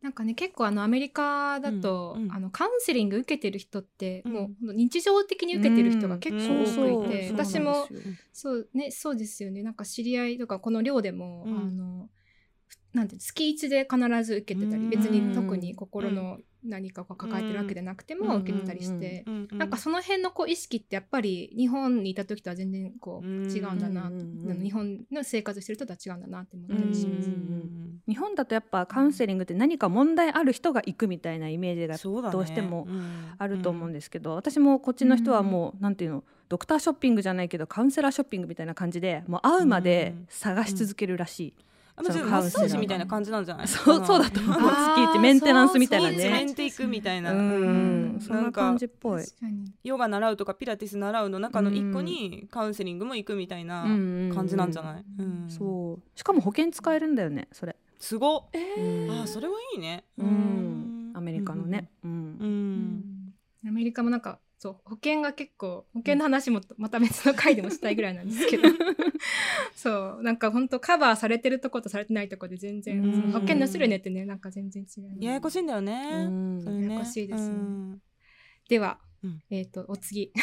なんかね結構アメリカだと、カウンセリング受けてる人って、もう日常的に受けてる人が結構多くいて、私もそうですよね。なんか知り合いとかこの寮でも、なんて月1で必ず受けてたり、別に特に心の何かを抱えてるわけでなくても受けてたりして、なんかその辺のこう意識ってやっぱり日本にいた時とは全然こう違うんだな、日本の生活してる人とは違うんだなって思ったりします。 日本だとやっぱカウンセリングって何か問題ある人が行くみたいなイメージがどうしてもあると思うんですけど、私もこっちの人はもうなんていうの、ドクターショッピングじゃないけどカウンセラーショッピングみたいな感じで、もう会うまで探し続けるらしい。 マッサージみたいな感じなんじゃない？ そうだと思う。月1メンテナンスみたいなね。 メンテいくみたいな。 そんな感じっぽい。 ヨガ習うとかピラティス習うの中の一個にカウンセリングも行くみたいな感じなんじゃない？ そう。しかも保険使えるんだよね、それ。 すごっ。それはいいね。 アメリカのね。 アメリカもなんかそう保険が結構、保険の話もまた別の回でもしたいぐらいなんですけどそうなんか本当カバーされてるとことされてないとこで全然、保険の種類によってねなんか全然違う、 ややこしいんだよね。 ややこしいですね。では、お次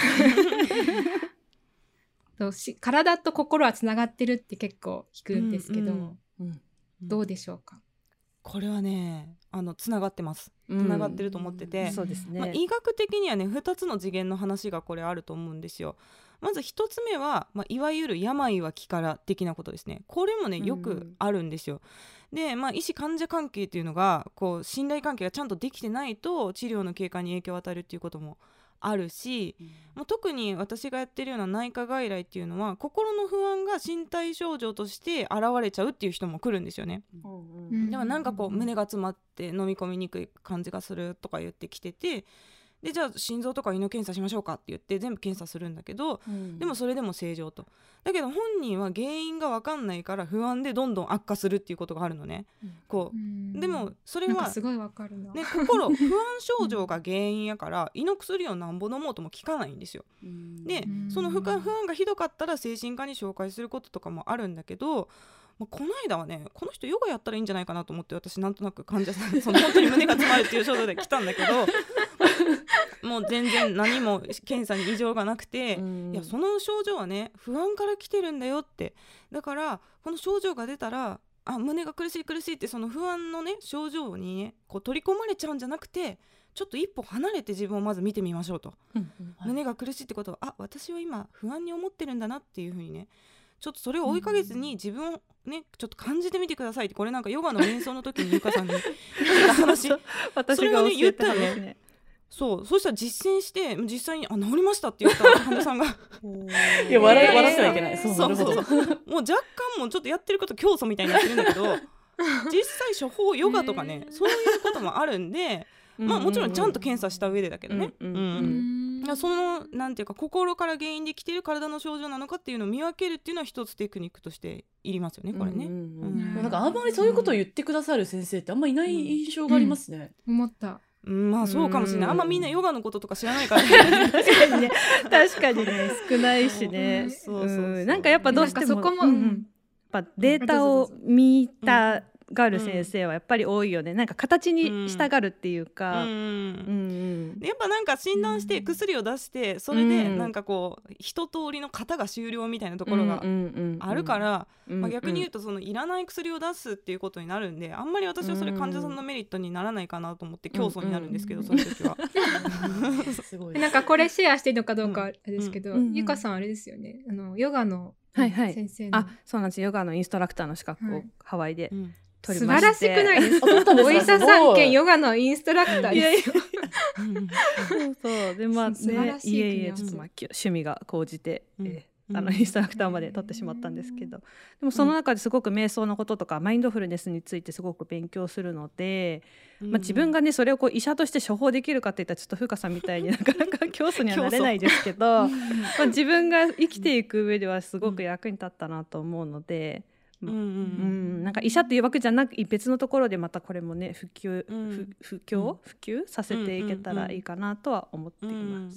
体と心はつながってるって結構聞くんですけど、どうでしょうか？ これはねつながってます。つながってると思ってて、 そうですね。 医学的にはね2つの次元の話がこれあると思うんですよ。まず1つ目は、いわゆる病は気から的なことですね。これもねよくあるんですよ。で、医師患者関係っていうのがこう信頼関係がちゃんとできてないと治療の経過に影響を与えるっていうこともあるし、もう特に私がやってるような内科外来っていうのは心の不安が身体症状として現れちゃうっていう人も来るんですよね。でもなんかこう胸が詰まって飲み込みにくい感じがするとか言ってきてて、でじゃあ心臓とか胃の検査しましょうかって言って全部検査するんだけど、でもそれでも正常と。だけど本人は原因が分かんないから不安でどんどん悪化するっていうことがあるのね。でもそれはなんかすごい分かるな、 心不安症状が原因やから胃の薬をなんぼ飲もうとも効かないんですよ。でその不安がひどかったら精神科に紹介することとかもあるんだけど、この間はねこの人ヨガやったらいいんじゃないかなと思って、私なんとなく患者さん本当に胸が詰まるっていう症状で来たんだけどもう全然何も検査に異常がなくて、いやその症状はね不安から来てるんだよって。だからこの症状が出たら胸が苦しいってその不安のね症状にねこう取り込まれちゃうんじゃなくて、ちょっと一歩離れて自分をまず見てみましょうと、胸が苦しいってことは私は今不安に思ってるんだなっていう風にね、ちょっとそれを追いかけずに自分をねちょっと感じてみてくださいって、これなんかヨガの瞑想の時にゆかさんに言った話私が教えた話ね。 そうしたら実践して実際に治りましたって言った患者さんがいや笑ってはいけない。 そうもう若干もうちょっとやってること教祖みたいになってるんだけど実際処方ヨガとかねそういうこともあるんでもちろんちゃんと検査した上でだけどね、そのなんていうか心から原因で来ている体の症状なのかっていうのを見分けるっていうのは一つテクニックとしていりますよね、これね。 なんかあんまりそういうことを言ってくださる先生ってあんまりいない印象がありますね。 思った。 そうかもしれない。あんまみんなヨガのこととか知らないからね確かにね少ないしね。なんかやっぱどうしてもそこも、やっぱデータを見たがる先生はやっぱり多いよね。なんか形に従うっていうか、やっぱなんか診断して薬を出してそれでなんかこう一通りの型が終了みたいなところがあるから、逆に言うとそのいらない薬を出すっていうことになるんで、あんまり私はそれ患者さんのメリットにならないかなと思って競争になるんですけど、その時はすごいなんかこれシェアしていいのかどうかですけど、ゆかさんあれですよね、ヨガの先生の、 そうなんです。ヨガのインストラクターの資格をハワイで素晴らしくないですか？お医者さん兼ヨガのインストラクターですよ。 そうでいえちょっと趣味が高じて、インストラクターまで取ってしまったんですけど、でもその中ですごく瞑想のこととかマインドフルネスについてすごく勉強するので、自分がねそれをこう医者として処方できるかっていったらちょっと風花さんみたいになかなか教祖にはなれないですけど自分が生きていく上ではすごく役に立ったなと思うので、なんか医者っていうわけじゃなく別のところでまたこれもね普及させていけたらいいかなとは思っています。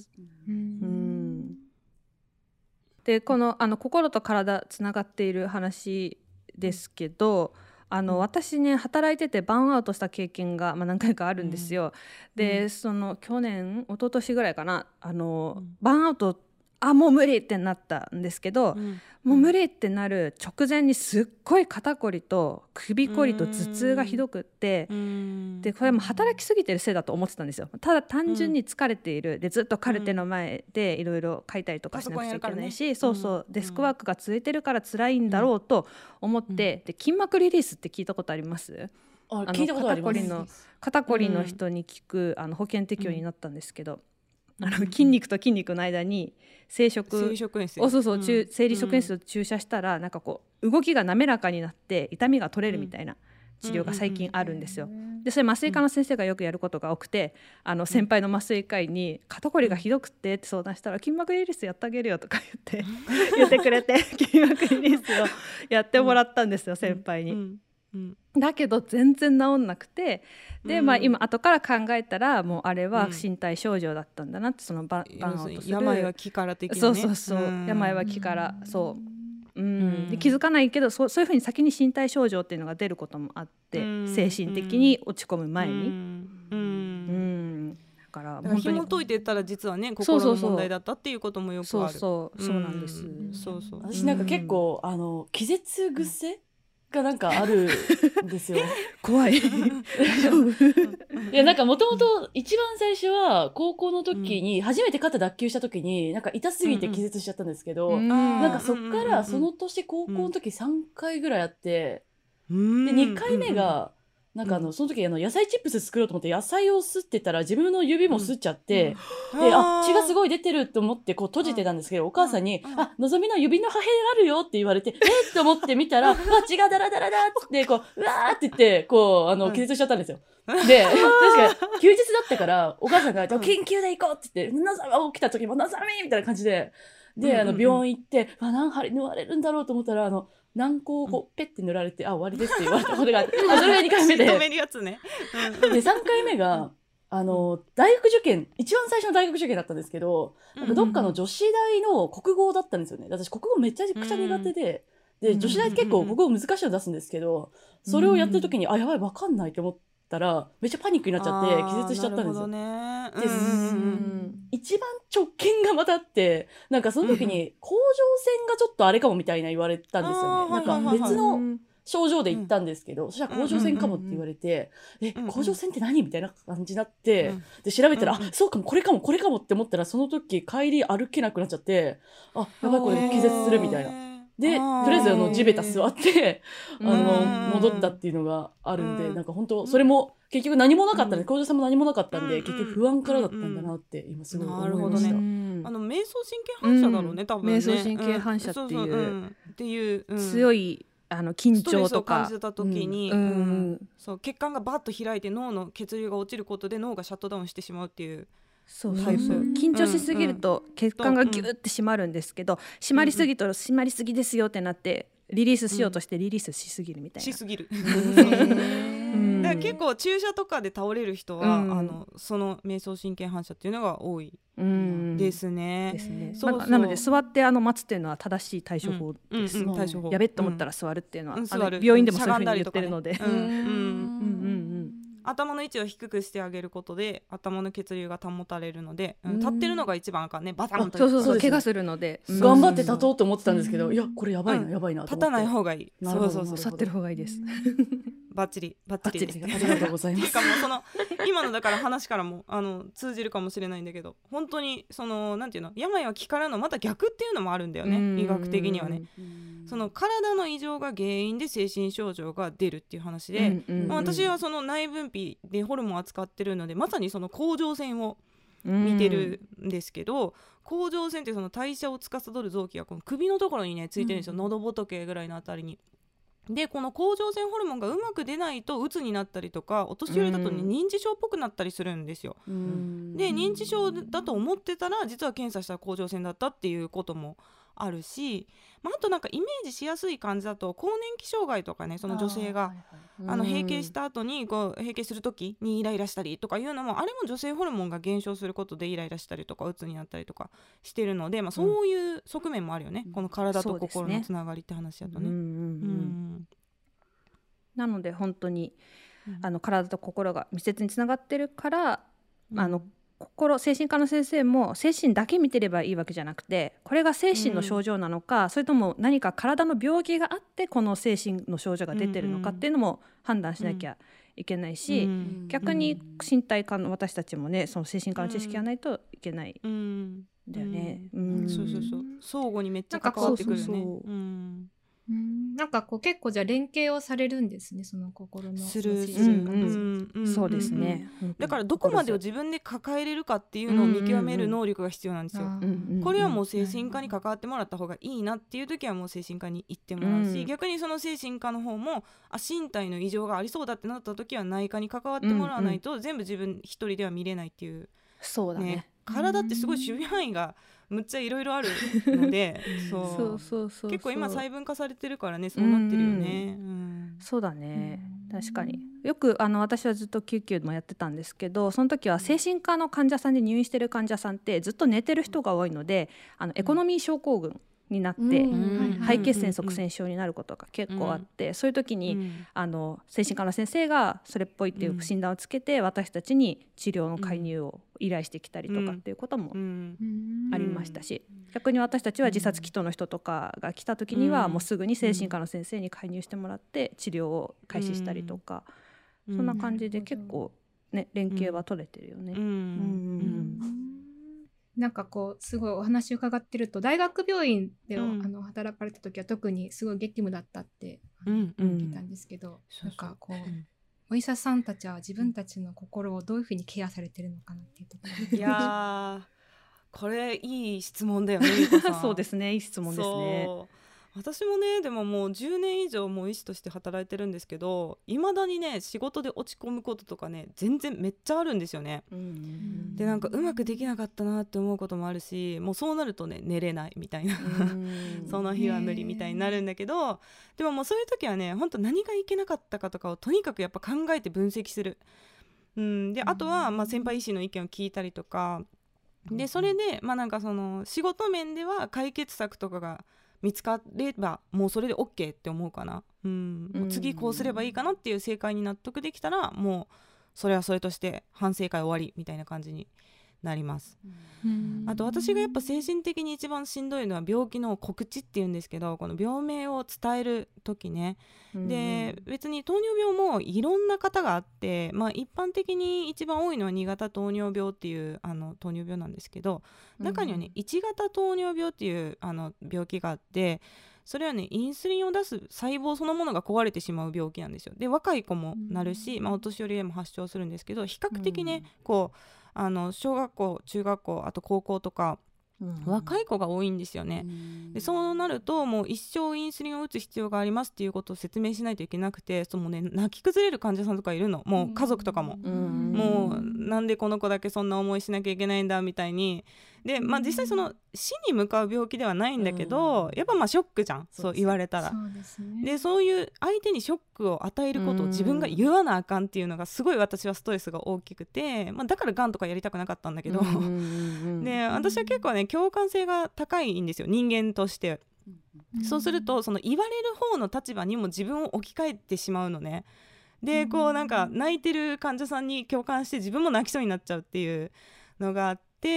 でこの心と体つながっている話ですけど、 私ね働いててバーンアウトした経験が、何回かあるんですよ。でその去年一昨年ぐらいかなバーンアウトもう無理ってなったんですけど、もう無理ってなる直前にすっごい肩こりと首こりと頭痛がひどくって、でこれも働きすぎてるせいだと思ってたんですよ。ただ単純に疲れている、でずっとカルテの前でいろいろ書いたりとかしなくちゃいけないし、そうそうデスクワークが続いてるから辛いんだろうと思って、で筋膜リリースって聞いたことあります？ 聞いたことあります。 肩こりの人に効く保険適用になったんですけど、筋肉と筋肉の間に生理食塩水を注射したらなんかこう動きが滑らかになって痛みが取れるみたいな治療が最近あるんですよ。でそれ麻酔科の先生がよくやることが多くて、先輩の麻酔科医に肩こりがひどくてって相談したら、筋膜リリースやってあげるよとか言ってくれて筋膜リリースをやってもらったんですよ、先輩に。だけど全然治んなくて、で、今後から考えたらもうあれは身体症状だったんだなって、そのバンアウトする病は気から的なね。 そう病は気からで気づかないけどそういうふうに先に身体症状っていうのが出ることもあって、精神的に落ち込む前にだから本当に紐解いてったら実はね心の問題だったっていうこともよくある。 そうなんです。 私なんか結構気絶癖がなんかあるんですよ。 怖い。いやなんかもともと一番最初は高校の時に初めて肩脱臼した時になんか痛すぎて気絶しちゃったんですけど、なんかそっからその年高校の時3回ぐらいあって、で2回目がなんかその時野菜チップス作ろうと思って野菜を吸ってたら自分の指も吸っちゃって、で血がすごい出てると思ってこう閉じてたんですけど、お母さんにのぞみの指の破片あるよって言われてって思って見たら血がダラダラダってこううわーって言ってこう気絶しちゃったんですよ。で確かに休日だったからお母さんが緊急で行こうって言ってのぞみ起きた時ものぞみみたいな感じで病院行って何針縫われるんだろうと思ったら軟膏をこうペッて塗られて終わりですって言われたことがあってそれが2回目で止めるやつね。 で3回目が大学受験一番最初の大学受験だったんですけど、なんかどっかの女子大の国語だったんですよね。私国語めちゃくちゃ苦手で、で女子大って結構国語難しいの出すんですけど、それをやってる時にやばい分かんないと思ったらめっちゃパニックになっちゃって気絶しちゃったんですよ。で一番直近がまたあって、なんかその時に甲状腺がちょっとあれかもみたいな言われたんですよね。なんか別の症状で行ったんですけど、そしたら甲状腺かもって言われて、甲状腺って何みたいな感じになって、で調べたら、そうかもこれかもって思ったら、その時帰り歩けなくなっちゃって、やばいこれ気絶するみたいな。でとりあえず地べた座って戻ったっていうのがあるんで、なんか本当それも結局何もなかったんで、甲状腺も何もなかったんで、結局不安からだったんだなって今すごい思いました。 瞑想神経反射だろうね、多分ね。 瞑想神経反射っていう強い緊張とか感じた時に、そう血管がバッと開いて脳の血流が落ちることで脳がシャットダウンしてしまうっていう。 緊張しすぎると血管がギューって締まるんですけど、締まりすぎと締まりすぎですよってなってリリースしようとしてリリースしすぎるみたいな。 しすぎる。だから結構注射とかで倒れる人は、その瞑想神経反射っていうのが多いですね。 なので座って待つっていうのは正しい対処法です。やべっと思ったら座るっていうのは、病院でもそういうふうに言ってるので。 頭の位置を低くしてあげることで頭の血流が保たれるので、立ってるのが一番あかんね。バタンとそう怪我するので、 頑張って立とうと思ってたんですけど、いやこれやばいな立たない方がいい。 立ってる方がいいです。 バッチリです。 ありがとうございます。 しかもその今のだから話からも通じるかもしれないんだけど、本当にそのなんていうの、病は気からのまた逆っていうのもあるんだよね、医学的にはね。その体の異常が原因で精神症状が出るっていう話で、私はその内分泌でホルモンを扱ってるので、まさにその甲状腺を見てるんですけど、甲状腺ってその代謝を司る臓器がこの首のところにねついてるんですよ、喉仏ぐらいのあたりに。でこの甲状腺ホルモンがうまく出ないとうつになったりとか、お年寄りだと、ね、認知症っぽくなったりするんですよ。で認知症だと思ってたら実は検査したら甲状腺だったっていうこともあるし、あとなんかイメージしやすい感じだと更年期障害とかね、その女性が閉経した後にこう閉経する時にイライラしたりとかいうのも、あれも女性ホルモンが減少することでイライラしたりとかうつになったりとかしてるので、そういう側面もあるよね、この体と心のつながりって話だとね。 なので本当に体と心が密接につながってるから、精神科の先生も精神だけ見てればいいわけじゃなくて、これが精神の症状なのか、それとも何か体の病気があってこの精神の症状が出てるのかっていうのも判断しなきゃいけないし、逆に身体科の私たちもね、その精神科の知識がないといけないんだよね。 そう相互にめっちゃ関わってくるね。 なんかこう結構じゃあ連携をされるんですね、その心のする。 そうですね。 だからどこまでを自分で抱えれるかっていうのを見極める能力が必要なんですよ。これはもう精神科に関わってもらった方がいいなっていう時はもう精神科に行ってもらうし、逆にその精神科の方も身体の異常がありそうだってなった時は内科に関わってもらわないと全部自分一人では見れないっていう。 そうだね。 体ってすごい守備範囲がむっちゃいろいろあるので結構今細分化されてるからね、そうなってるよね。 そうだね、確かによく私はずっと救急もやってたんですけど、その時は精神科の患者さんで入院してる患者さんってずっと寝てる人が多いので、エコノミー症候群になって肺血栓塞栓症になることが結構あって、そういう時に精神科の先生がそれっぽいっていう診断をつけて私たちに治療の介入を依頼してきたりとかっていうこともありましたし、逆に私たちは自殺祈祷の人とかが来た時にはもうすぐに精神科の先生に介入してもらって治療を開始したりとか、そんな感じで結構ね連携は取れてるよね。 なんかこうすごいお話伺ってると、大学病院で働かれた時は特にすごい激務だったって聞いたんですけど、なんかこうお医者さんたちは自分たちの心をどういうふうにケアされてるのかなっていうところ。 いやこれいい質問だよね、ゆうこさん。 そうですね、いい質問ですね。 私もね、でももう10年以上もう医師として働いてるんですけど、いまだにね仕事で落ち込むこととかね全然めっちゃあるんですよね。でなんかうまくできなかったなって思うこともあるし、もうそうなるとね寝れないみたいなその日は無理みたいになるんだけど、でももうそういう時はね本当何がいけなかったかとかをとにかくやっぱ考えて分析する。であとは先輩医師の意見を聞いたりとかで、それでなんかその仕事面では解決策とかが見つかればもうそれで OK って思うかな。もう次こうすればいいかなっていう正解に納得できたら、もうそれはそれとして反省会終わりみたいな感じになります。あと私がやっぱ精神的に一番しんどいのは病気の告知っていうんですけど、この病名を伝える時ね。で別に糖尿病もいろんな方があって、一般的に一番多いのは2型糖尿病っていう糖尿病なんですけど、中にはね1型糖尿病っていう病気があって、それはねインスリンを出す細胞そのものが壊れてしまう病気なんですよ。で若い子もなるし、お年寄りでも発症するんですけど、比較的ねこう小学校中学校あと高校とか若い子が多いんですよね。でそうなるともう一生インスリンを打つ必要がありますっていうことを説明しないといけなくて、泣き崩れる患者さんとかいるの。もう家族とかももうなんでこの子だけそんな思いしなきゃいけないんだみたいに。で実際その死に向かう病気ではないんだけど、やっぱショックじゃん、そう言われたら。でそういう相手にショックを与えることを自分が言わなあかんっていうのがすごい私はストレスが大きくて、だからがんとかやりたくなかったんだけどで私は結構ね共感性が高いんですよ、人間として。そうするとその言われる方の立場にも自分を置き換えてしまうのね。でなんか泣いてる患者さんに共感して自分も泣きそうになっちゃうっていうのがあって、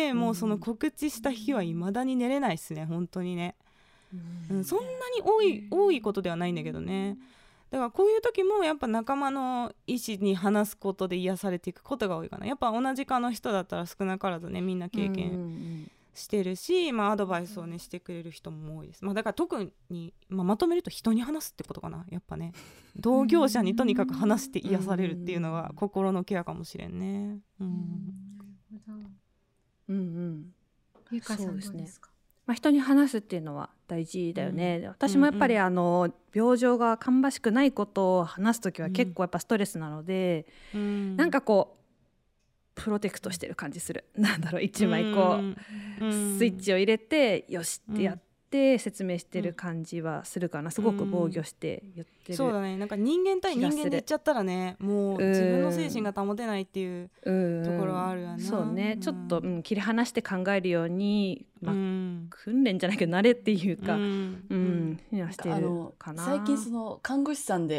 もうその告知した日は未だに寝れないですね、本当にね。そんなに多いことではないんだけどね。だからこういう時もやっぱ仲間の医師に話すことで癒されていくことが多いかな。やっぱ同じ科の人だったら少なからずねみんな経験してるし、アドバイスをねしてくれる人も多いです。だから特に、まとめると人に話すってことかな。やっぱね同業者にとにかく話して癒されるっていうのが心のケアかもしれんね。 ゆかさんどうですか？ 人に話すっていうのは大事だよね。私もやっぱり病状が芳しくないことを話すときは結構やっぱストレスなので、なんかこうプロテクトしてる感じする。なんだろう、一枚こうスイッチを入れてよしってやって説明してる感じはするかな。すごく防御して言ってる。 そうだね、なんか人間対人間で言っちゃったらね、もう自分の精神が保てないっていうところはあるよね。 そうね、ちょっと、切り離して考えるように、訓練じゃないけど慣れっていうか、してるかな。 最近その看護師さんで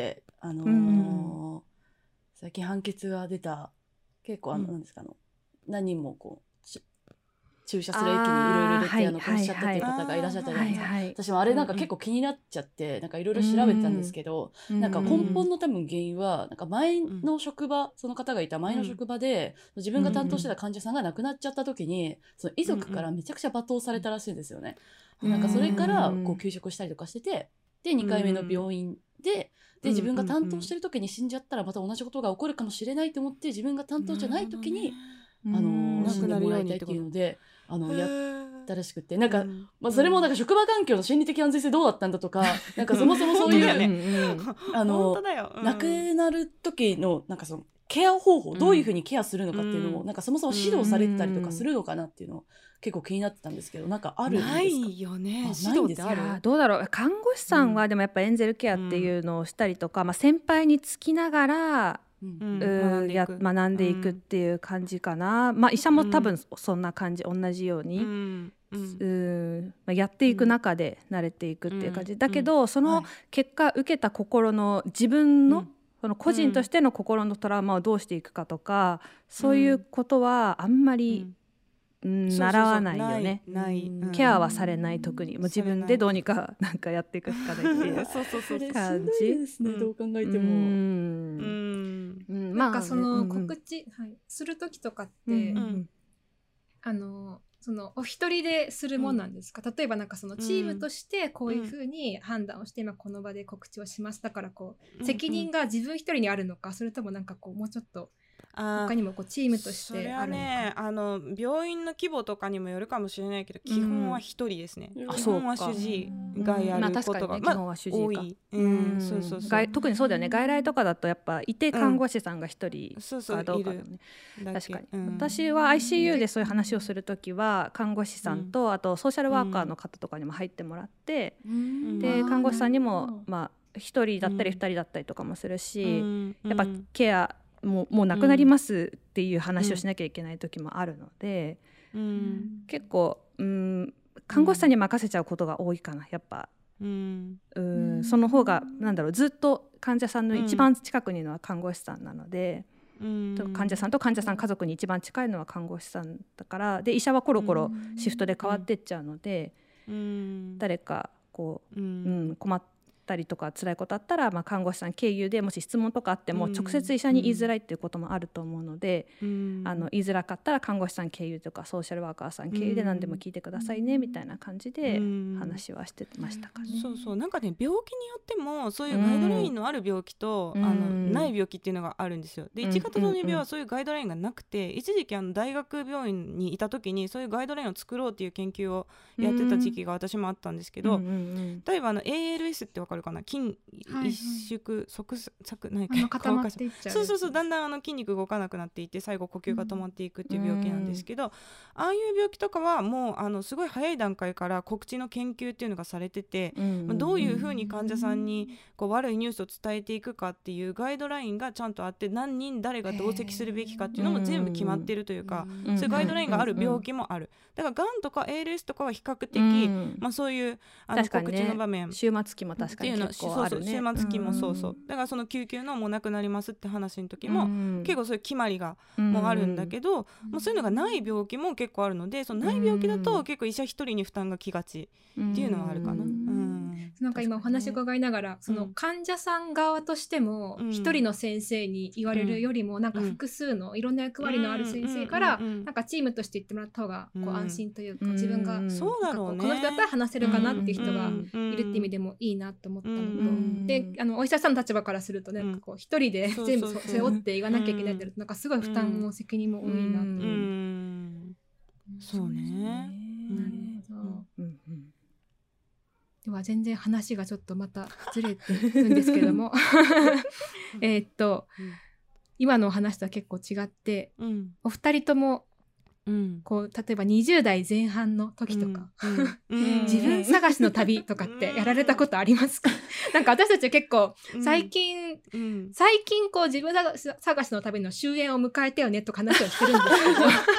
最近判決が出た結構なんですか何人もこう駐車する駅にいろいろ入れて殺しちゃったっていう方がいらっしゃったじゃないですか。私もあれなんか結構気になっちゃってなんかいろいろ調べてたんですけど、なんか根本の多分原因はなんか前の職場、その方がいた前の職場で自分が担当してた患者さんが亡くなっちゃった時にその遺族からめちゃくちゃ罵倒されたらしいんですよね。でなんかそれからこう休職したりとかしてて、で2回目の病院で自分が担当してる時に死んじゃったらまた同じことが起こるかもしれないと思って自分が担当じゃない時に死んでもらいたいっていうのでやったらしくて、なんか、それもなんか職場環境の心理的安全性どうだったんだとか、なんかそもそもそういう亡くなる時のなんかそのケア方法、どういうふうにケアするのかっていうのも、なんかそもそも指導されてたりとかするのかなっていうのを結構気になってたんですけど、なんかあるんですか？ ないよね。 ないんですか？ どうだろう。看護師さんはでもやっぱエンゼルケアっていうのをしたりとか、先輩につきながら学んでいくっていう感じかな。医者も多分そんな感じ、同じように、やっていく中で慣れていくっていう感じだけど、その結果受けた心の自分の、その個人としての心のトラウマをどうしていくかとか、そういうことはあんまり習わないよね。ケアはされない。特にもう自分でどうにかなんかやっていくしかないっていう感じですね。どう考えてもなんかその告知する時とかってそのお一人でするもんなんですか？例えばなんかそのチームとしてこういうふうに判断をして今この場で告知をします。だからこう責任が自分一人にあるのか、それともなんかこうもうちょっと他にもこうチームとしてあるのか。 それはね、病院の規模とかにもよるかもしれないけど、基本は一人ですね。基本は主治医がやることが多い。 特にそうだよね。外来とかだとやっぱいて看護師さんが一人かどうかだよね。確かに。私は ICU でそういう話をするときは看護師さんとあとソーシャルワーカーの方とかにも入ってもらって、で看護師さんにも一人だったり二人だったりとかもするし、やっぱケアもう亡くなりますっていう話をしなきゃいけない時もあるので、結構看護師さんに任せちゃうことが多いかな。やっぱその方がずっと患者さんの一番近くにいるのは看護師さんなので、患者さんと患者さん家族に一番近いのは看護師さんだから、で医者はコロコロシフトで変わってっちゃうので、誰かこう、困ったりとか辛いことあったら、看護師さん経由でもし質問とかあっても直接医者に言いづらいっていうこともあると思うので、言いづらかったら看護師さん経由とかソーシャルワーカーさん経由で何でも聞いてくださいねみたいな感じで話はしてましたかね。 なんかね、病気によってもそういうガイドラインのある病気と、ない病気っていうのがあるんですよ。で、1型糖尿病はそういうガイドラインがなくて、一時期大学病院にいた時にそういうガイドラインを作ろうっていう研究をやってた時期が私もあったんですけど、例えばALS ってわかるかな、筋一縮即索ないか固まっていっちゃう。 そうだんだん筋肉動かなくなっていって最後呼吸が止まっていくっていう病気なんですけど、ああいう病気とかはもうすごい早い段階から告知の研究っていうのがされてて、どういうふうに患者さんにこう悪いニュースを伝えていくかっていうガイドラインがちゃんとあって、何人誰が同席するべきかっていうのも全部決まってるというか、そういうガイドラインがある病気もある。だからがんとか ALS とかは比較的、そういう告知の場面、 終末期も確かに結構あるね。 終末期もだからその救急のもう亡くなりますって話の時も、結構そういう決まりがもうあるんだけど、そういうのがない病気も結構あるので、そのない病気だと結構医者一人に負担がきがちっていうのはあるかな。 なんか今お話伺いながら、その患者さん側としても一人の先生に言われるよりも、なんか複数のいろんな役割のある先生からなんかチームとして言ってもらった方がこう安心というか、自分がこの人だったら話せるかなっていう人がいるって意味でもいいなと思ったのと、でお医者さんの立場からするとなんかこう一人で全部背負って言わなきゃいけないってなると、なんかすごい負担も責任も多いなと思う。 そうね。 なるほど。では全然話がちょっとまたずれていくんですけども今のお話とは結構違って、お二人ともこう例えば20代前半の時とか、自分探しの旅とかってやられたことありますか？なんか私たち結構最近こう自分探しの旅の終焉を迎えたよねとか話をしてるんですけど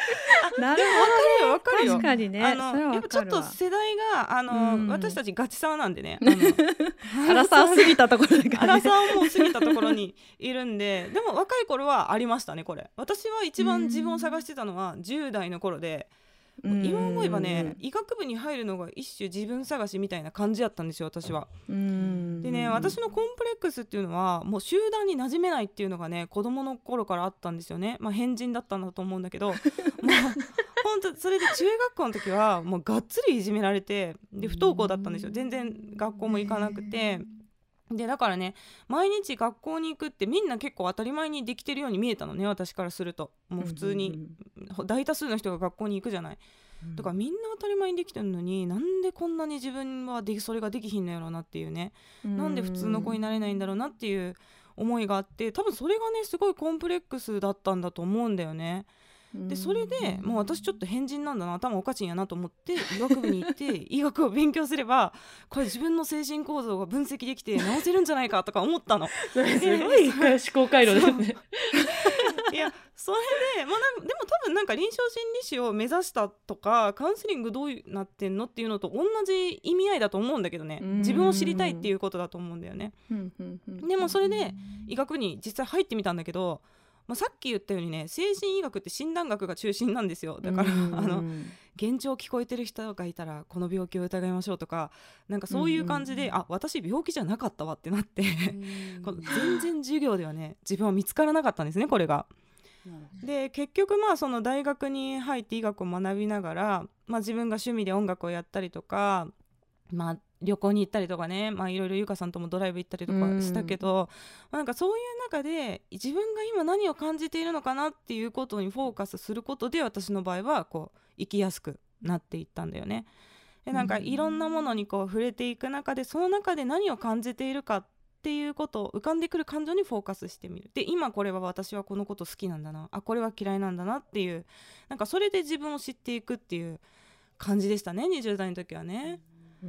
なるほど、わかるよ。 確かにね。 やっぱちょっと世代が私たちガチサーなんでね。 アラサーを過ぎたところアラサーをもう過ぎたところにいるんで、でも若い頃はありましたねこれ。私は一番自分を探してたのは10代の頃で。今思えばね、医学部に入るのが一種自分探しみたいな感じだったんですよ私は。でね、私のコンプレックスっていうのはもう集団に馴染めないっていうのがね子供の頃からあったんですよね。変人だったんだと思うんだけど本当それで中学校の時はもうがっつりいじめられて、で不登校だったんですよ。全然学校も行かなくて、でだからね毎日学校に行くってみんな結構当たり前にできてるように見えたのね私からすると。もう普通に大多数の人が学校に行くじゃない。だからみんな当たり前にできてるのになんでこんなに自分はそれができひんのやろうなっていうね、なんで普通の子になれないんだろうなっていう思いがあって、多分それがねすごいコンプレックスだったんだと思うんだよね。でそれでもう私ちょっと変人なんだな、頭おかしいんやなと思って医学部に行って医学を勉強すればこれ自分の精神構造が分析できて治せるんじゃないかとか思ったの。 すごい思考回路ですね。 いやそれで、でも多分なんか臨床心理士を目指したとかカウンセリングどうなってんのっていうのと同じ意味合いだと思うんだけどね。自分を知りたいっていうことだと思うんだよね。でもそれで医学部に実際入ってみたんだけど、さっき言ったようにね精神医学って診断学が中心なんですよ。だから幻聴聞こえてる人がいたらこの病気を疑いましょうとか、なんかそういう感じで、私病気じゃなかったわってなってこの全然授業ではね自分は見つからなかったんですねこれが。で結局その大学に入って医学を学びながら、自分が趣味で音楽をやったりとか、旅行に行ったりとかね、いろいろゆかさんともドライブ行ったりとかしたけど、なんかそういう中で自分が今何を感じているのかなっていうことにフォーカスすることで私の場合はこう生きやすくなっていったんだよね。でなんかいろんなものにこう触れていく中でその中で何を感じているかっていうことを浮かんでくる感情にフォーカスしてみる。で今これは私はこのこと好きなんだな、これは嫌いなんだなっていう、なんかそれで自分を知っていくっていう感じでしたね20代の時はね。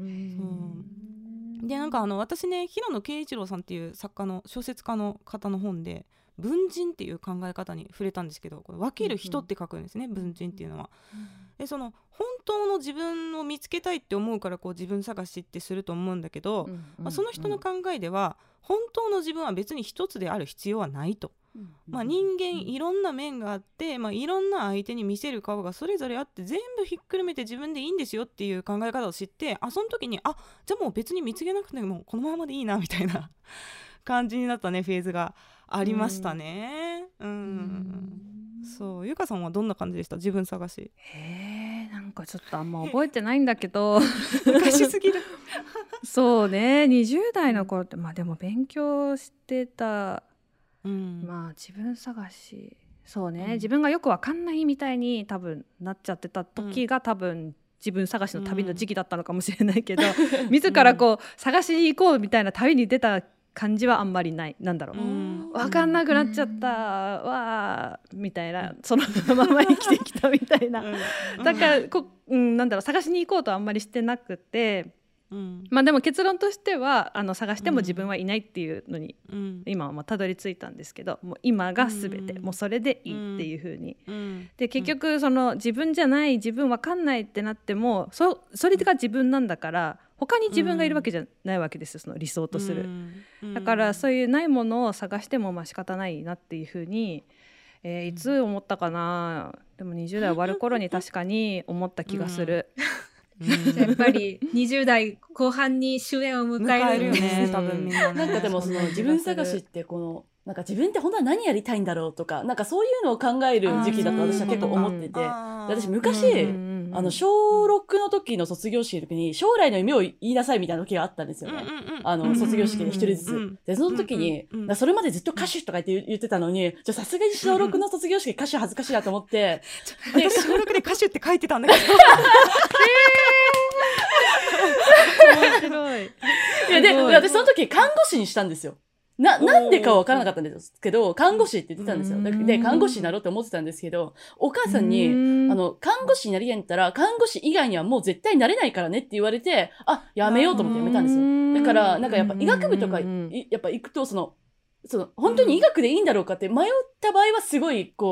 でなんか私ね平野啓一郎さんっていう作家の小説家の方の本で文人っていう考え方に触れたんですけど、これ分ける人って書くんですね、文人っていうのは。でその本当の自分を見つけたいって思うからこう自分探しってすると思うんだけど、その人の考えでは本当の自分は別に一つである必要はないと。人間いろんな面があって、いろんな相手に見せる顔がそれぞれあって全部ひっくるめて自分でいいんですよっていう考え方を知って、その時にじゃあもう別に見つけなくてもこのままでいいなみたいな感じになったねフェーズがありましたね。そう、ゆかさんはどんな感じでした自分探し？ なんかちょっとあんま覚えてないんだけど昔すぎるそうね20代の頃ってでも勉強してた、自分探しそうね、自分がよく分かんないみたいに多分なっちゃってた時が、多分自分探しの旅の時期だったのかもしれないけど、自らこう探しに行こうみたいな旅に出た感じはあんまりない。なんだろう、分かんなくなっちゃったわみたいな、そのまま生きてきたみたいなだからなんだろう、探しに行こうとはあんまりしてなくて、でも結論としては探しても自分はいないっていうのに、今はたどり着いたんですけど、もう今が全て、もうそれでいいっていう風に、で結局その自分じゃない自分わかんないってなってもそれが自分なんだから他に自分がいるわけじゃないわけですよ、その理想とする、だからそういうないものを探しても仕方ないなっていう風に、いつ思ったかな。でも20代終わる頃に確かに思った気がする。 やっぱり20代後半に終焉を迎えるよね多分みんな。 なんかでもその自分探しってなんか自分って本当は何やりたいんだろうとか、なんかそういうのを考える時期だと私は結構思ってて、私昔小6の時の卒業式の時に将来の夢を言いなさいみたいな時があったんですよね。卒業式で一人ずつ。で、その時に、それまでずっと歌手とか言ってたのに、さすがに小6の卒業式歌手恥ずかしいなと思って、 私小6で歌手って書いてたんだけど。 面白い。 いやで、私その時看護師にしたんですよ。なんでかは分からなかったんですけど、看護師って言ってたんですよ。で、看護師になろうって思ってたんですけど、お母さんに、看護師になりやんったら、看護師以外にはもう絶対なれないからねって言われて、やめようと思ってやめたんですよ。だから、なんかやっぱ医学部とか、やっぱ行くと、本当に医学でいいんだろうかって迷った場合はすごい、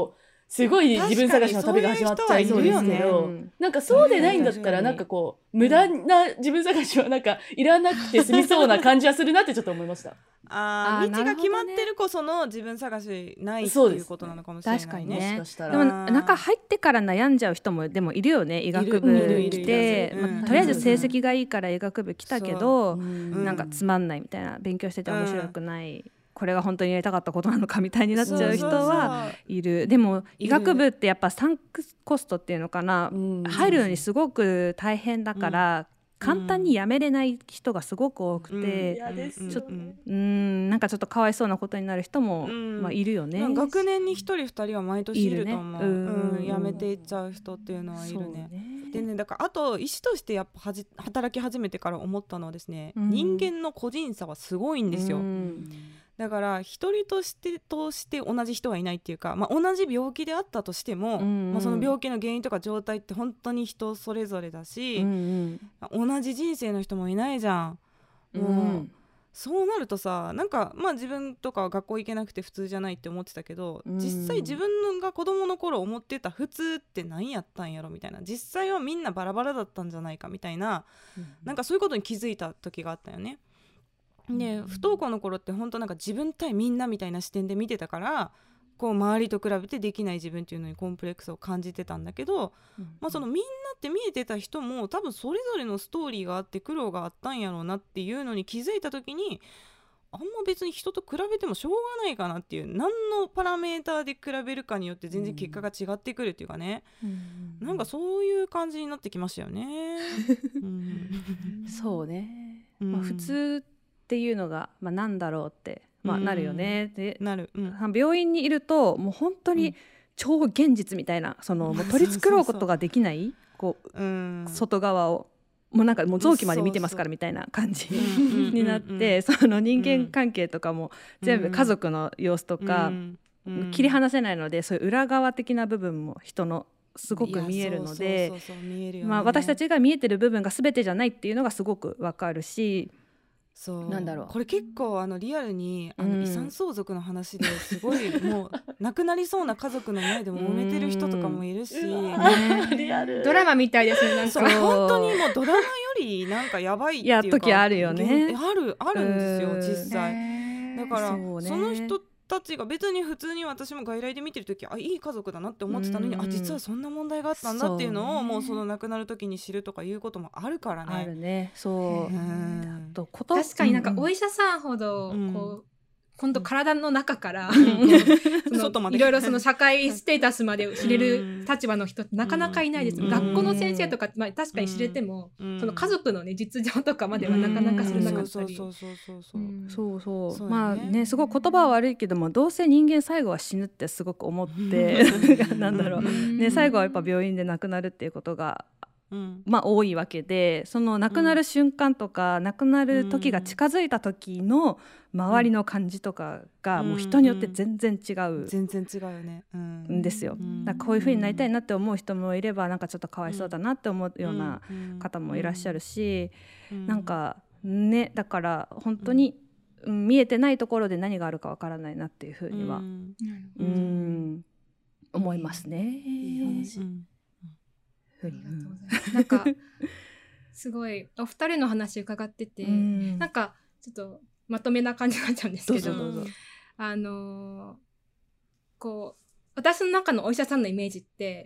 すごい自分探しの旅が始まっちゃいそうですけど、なんかそうでないんだったら、なんかこう無駄な自分探しはなんかいらなくて済みそうな感じはするなってちょっと思いました。 道が決まってるこその自分探しないっていうことなのかもしれないね。 確かにね。 もしかしたらでも中入ってから悩んじゃう人もでもいるよね。医学部来て、とりあえず成績がいいから医学部来たけど、なんかつまんないみたいな、勉強してて面白くない、これが本当にやりたかったことなのかみたいになっちゃう人はいる。でも医学部ってやっぱサンクコストっていうのかな、入るのにすごく大変だから、簡単にやめれない人がすごく多くて、ちょっとなんかちょっとかわいそうなことになる人も、まあ、いるよね。 学年に1人2人は毎年いると思う。やめていっちゃう人っていうのはいるね。でね、だからあと医師としてやっぱ働き始めてから思ったのはですね、人間の個人差はすごいんですよ。だから一人として同じ人はいないっていうか、まあ、同じ病気であったとしても、まあ、その病気の原因とか状態って本当に人それぞれだし、同じ人生の人もいないじゃん。もうそうなるとさ、なんかまあ自分とかは学校行けなくて普通じゃないって思ってたけど、実際自分が子供の頃思ってた普通って何やったんやろみたいな、実際はみんなバラバラだったんじゃないかみたいな、なんかそういうことに気づいた時があったよね。で不登校の頃って本当なんか自分対みんなみたいな視点で見てたから、こう周りと比べてできない自分っていうのにコンプレックスを感じてたんだけど、まあ、そのみんなって見えてた人も多分それぞれのストーリーがあって苦労があったんやろうなっていうのに気づいた時に、あんま別に人と比べてもしょうがないかなっていう、何のパラメーターで比べるかによって全然結果が違ってくるっていうかね、なんかそういう感じになってきましたよね。 そうね、まあ、普通っていうのが、まあ、なんだろうって、まあ、なるよね。でなる、病院にいるともう本当に超現実みたいな、そのもう取り繕うことができないこう、外側をもうなんかもう臓器まで見てますからみたいな感じになって、その人間関係とかも全部家族の様子とか切り離せないので、そういう裏側的な部分も人のすごく見えるので、私たちが見えてる部分が全てじゃないっていうのがすごくわかるし、 そうなんだろう、 これ結構リアルに遺産相続の話ですごいもう亡くなりそうな家族の前でも揉めてる人とかもいるし、 リアルドラマみたいですね。なんか本当にもうドラマよりなんかやばいっていうか時あるよね。 あるんですよ実際。だからその人たちが別に普通に私も外来で見てる時、いい家族だなって思ってたのに、実はそんな問題があったんだっていうのをもうその亡くなる時に知るとかいうこともあるからね。 あるね。そう。 確かになんかお医者さんほどこう今度体の中からいろいろその社会ステータスまで知れる立場の人ってなかなかいないです。学校の先生とか、まあ、確かに知れても、その家族のね実情とかまではなかなか知らなかったり、 まあね、すごい言葉は悪いけども、どうせ人間最後は死ぬってすごく思ってなんだろう、ね、最後はやっぱ病院で亡くなるっていうことがまあ多いわけで、その亡くなる瞬間とか、亡くなる時が近づいた時の周りの感じとかがもう人によって全然違う、 全然違うよね、 んですよ。だからこういう風になりたいなって思う人もいれば、なんかちょっとかわいそうだなって思うような方もいらっしゃるし、なんかね、だから本当に見えてないところで何があるかわからないなっていう風には思いますね。いい話。 ありがとうございます。なんかすごいお二人の話伺ってて、なんかちょっとまとめな感じになっちゃうんですけど、こう私の中のお医者さんのイメージって、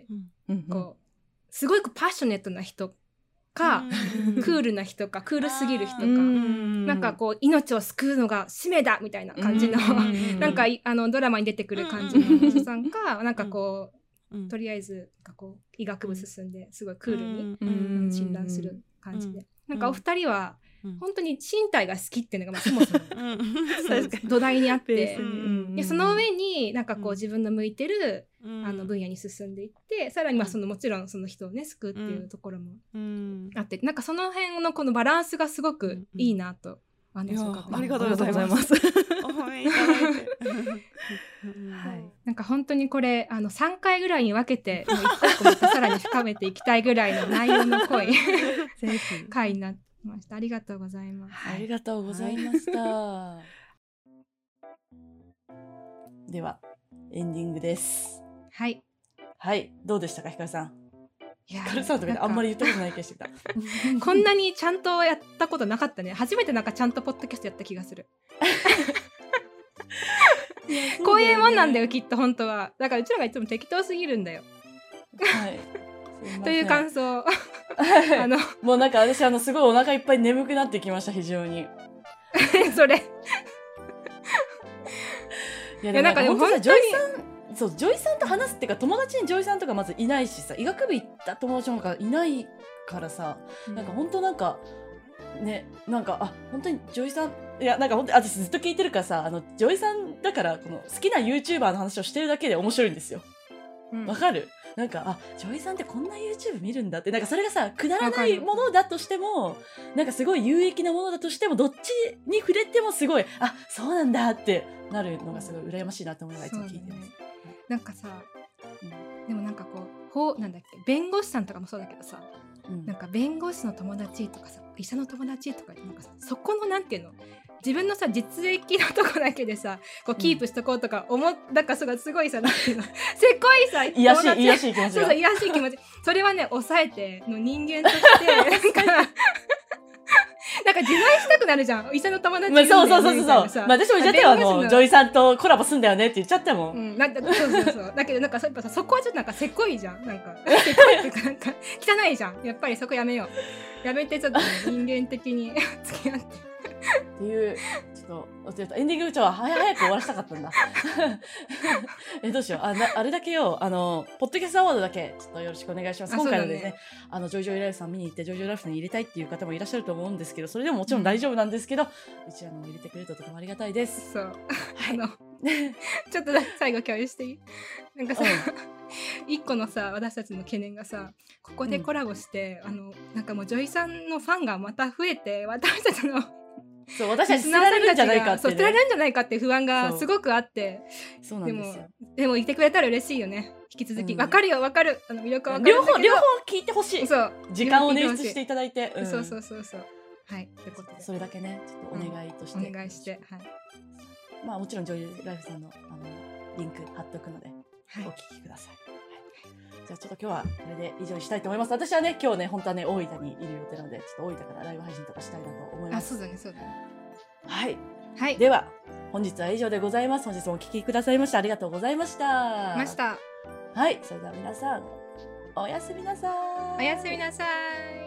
こうすごいパッショネットな人か、クールな人か、クールすぎる人か、なんかこう命を救うのが使命だみたいな感じのなんかドラマに出てくる感じのお医者さんか、なんかこうとりあえずこう医学部進んですごいクールに診断する感じで、なんかお二人は本当に身体が好きっていうのがそもそも土台にあって、でその上になんかこう自分の向いてる分野に進んでいって、さらにまあそのもちろんその人をね救うっていうところもあって、なんかその辺のこのバランスがすごくいいなと。ありがとうございます。お褒めいただいて。 なんか本当にこれ3回ぐらいに分けてもう一個またさらに深めていきたいぐらいの内容の濃い回になってました。ありがとうございます。 ありがとうございました。ではエンディングです。 はい。 はい、どうでしたか、ひかるさん。ひかるさんとかであんまり言ったことない気がしてきた。 こんなにちゃんとやったことなかったね。初めてなんかちゃんとポッドキャストやった気がする。こういうもんなんだよ、きっと本当は。だからうちらがいつも適当すぎるんだよ。 はい。 という感想。 もうなんか私すごいお腹いっぱい眠くなってきました、非常に。 それ。 いやなんかでも本当にジョイさん、そうジョイさんと話すっていうか、友達にジョイさんとかまずいないしさ、医学部行った友達なんかいないからさ、なんか本当なんかね、なんか本当にジョイさん、いやなんか本当に私ずっと聞いてるからさ、ジョイさんだからこの好きな YouTuber の話をしてるだけで面白いんですよ。わかる？なんかジョイさんってこんな YouTube 見るんだって、なんかそれがさくだらないものだとしても、なんかすごい有益なものだとしても、どっちに触れてもすごいそうなんだってなるのがすごい羨ましいなと思いながらいつも聞いてます。 なんかさ、でもなんかこうなんだっけ、弁護士さんとかもそうだけどさ、なんか弁護士の友達とかさ、医者の友達とかなんかさ、そこのなんていうの、自分のさ実益のとこだけでさこうキープしとこうとかだからすごいさ、なんていうの、せこいさ、 いやしい気持ち、 そういやしい気持ち、それはね抑えての人間としてなんか自慢したくなるじゃん、医者の友達に。 そう、私も言っちゃったよ、ジョイさんとコラボすんだよねって言っちゃったもん。 そうだけどなんかそこはちょっとなんかせこいじゃん、なんかせこいっていうかなんか汚いじゃん、やっぱりそこやめよう、やめてちょっと、ね、人間的に付き合ってっていう、ちょっとエンディングは早く終わらせたかったんだ。どうしよう、あれだけよ、ポッドキャストアワードだけちょっとよろしくお願いします。今回のですね、ジョイジョイライフさん見に行ってジョイジョイライフさんに入れたいっていう方もいらっしゃると思うんですけど、それでももちろん大丈夫なんですけど、うちらの入れてくれるととてもありがたいです。 そう、ちょっと最後共有していい？なんかさ、一個のさ、私たちの懸念がさ、ここでコラボして、なんかもうジョイさんのファンがまた増えて、私たちのそう、私たち捨てられるんじゃないかって、ね、 捨てられるんじゃないかって不安がすごくあって、 そうなんですよ。 でもいてくれたら嬉しいよね。引き続き、わかるよ、わかる、魅力はわかるんだけど、両方聞いてほしい。そう、時間を捻出していただいて、 そう、はい、ということでそれだけね、ちょっとお願いとして、 お願いして、はい。 まあもちろんジョイライフさんのリンク貼っとくので、お聞きください。じゃあちょっと今日はこれで以上にしたいと思います。私はね、今日ね、本当はね、大分にいる予定なので、ちょっと大分からライブ配信とかしたいなと思います。 そうだね。 はい。では、本日は以上でございます。本日もお聞きくださいましてありがとうございました。はい。それでは皆さん、おやすみなさい。 おやすみなさい。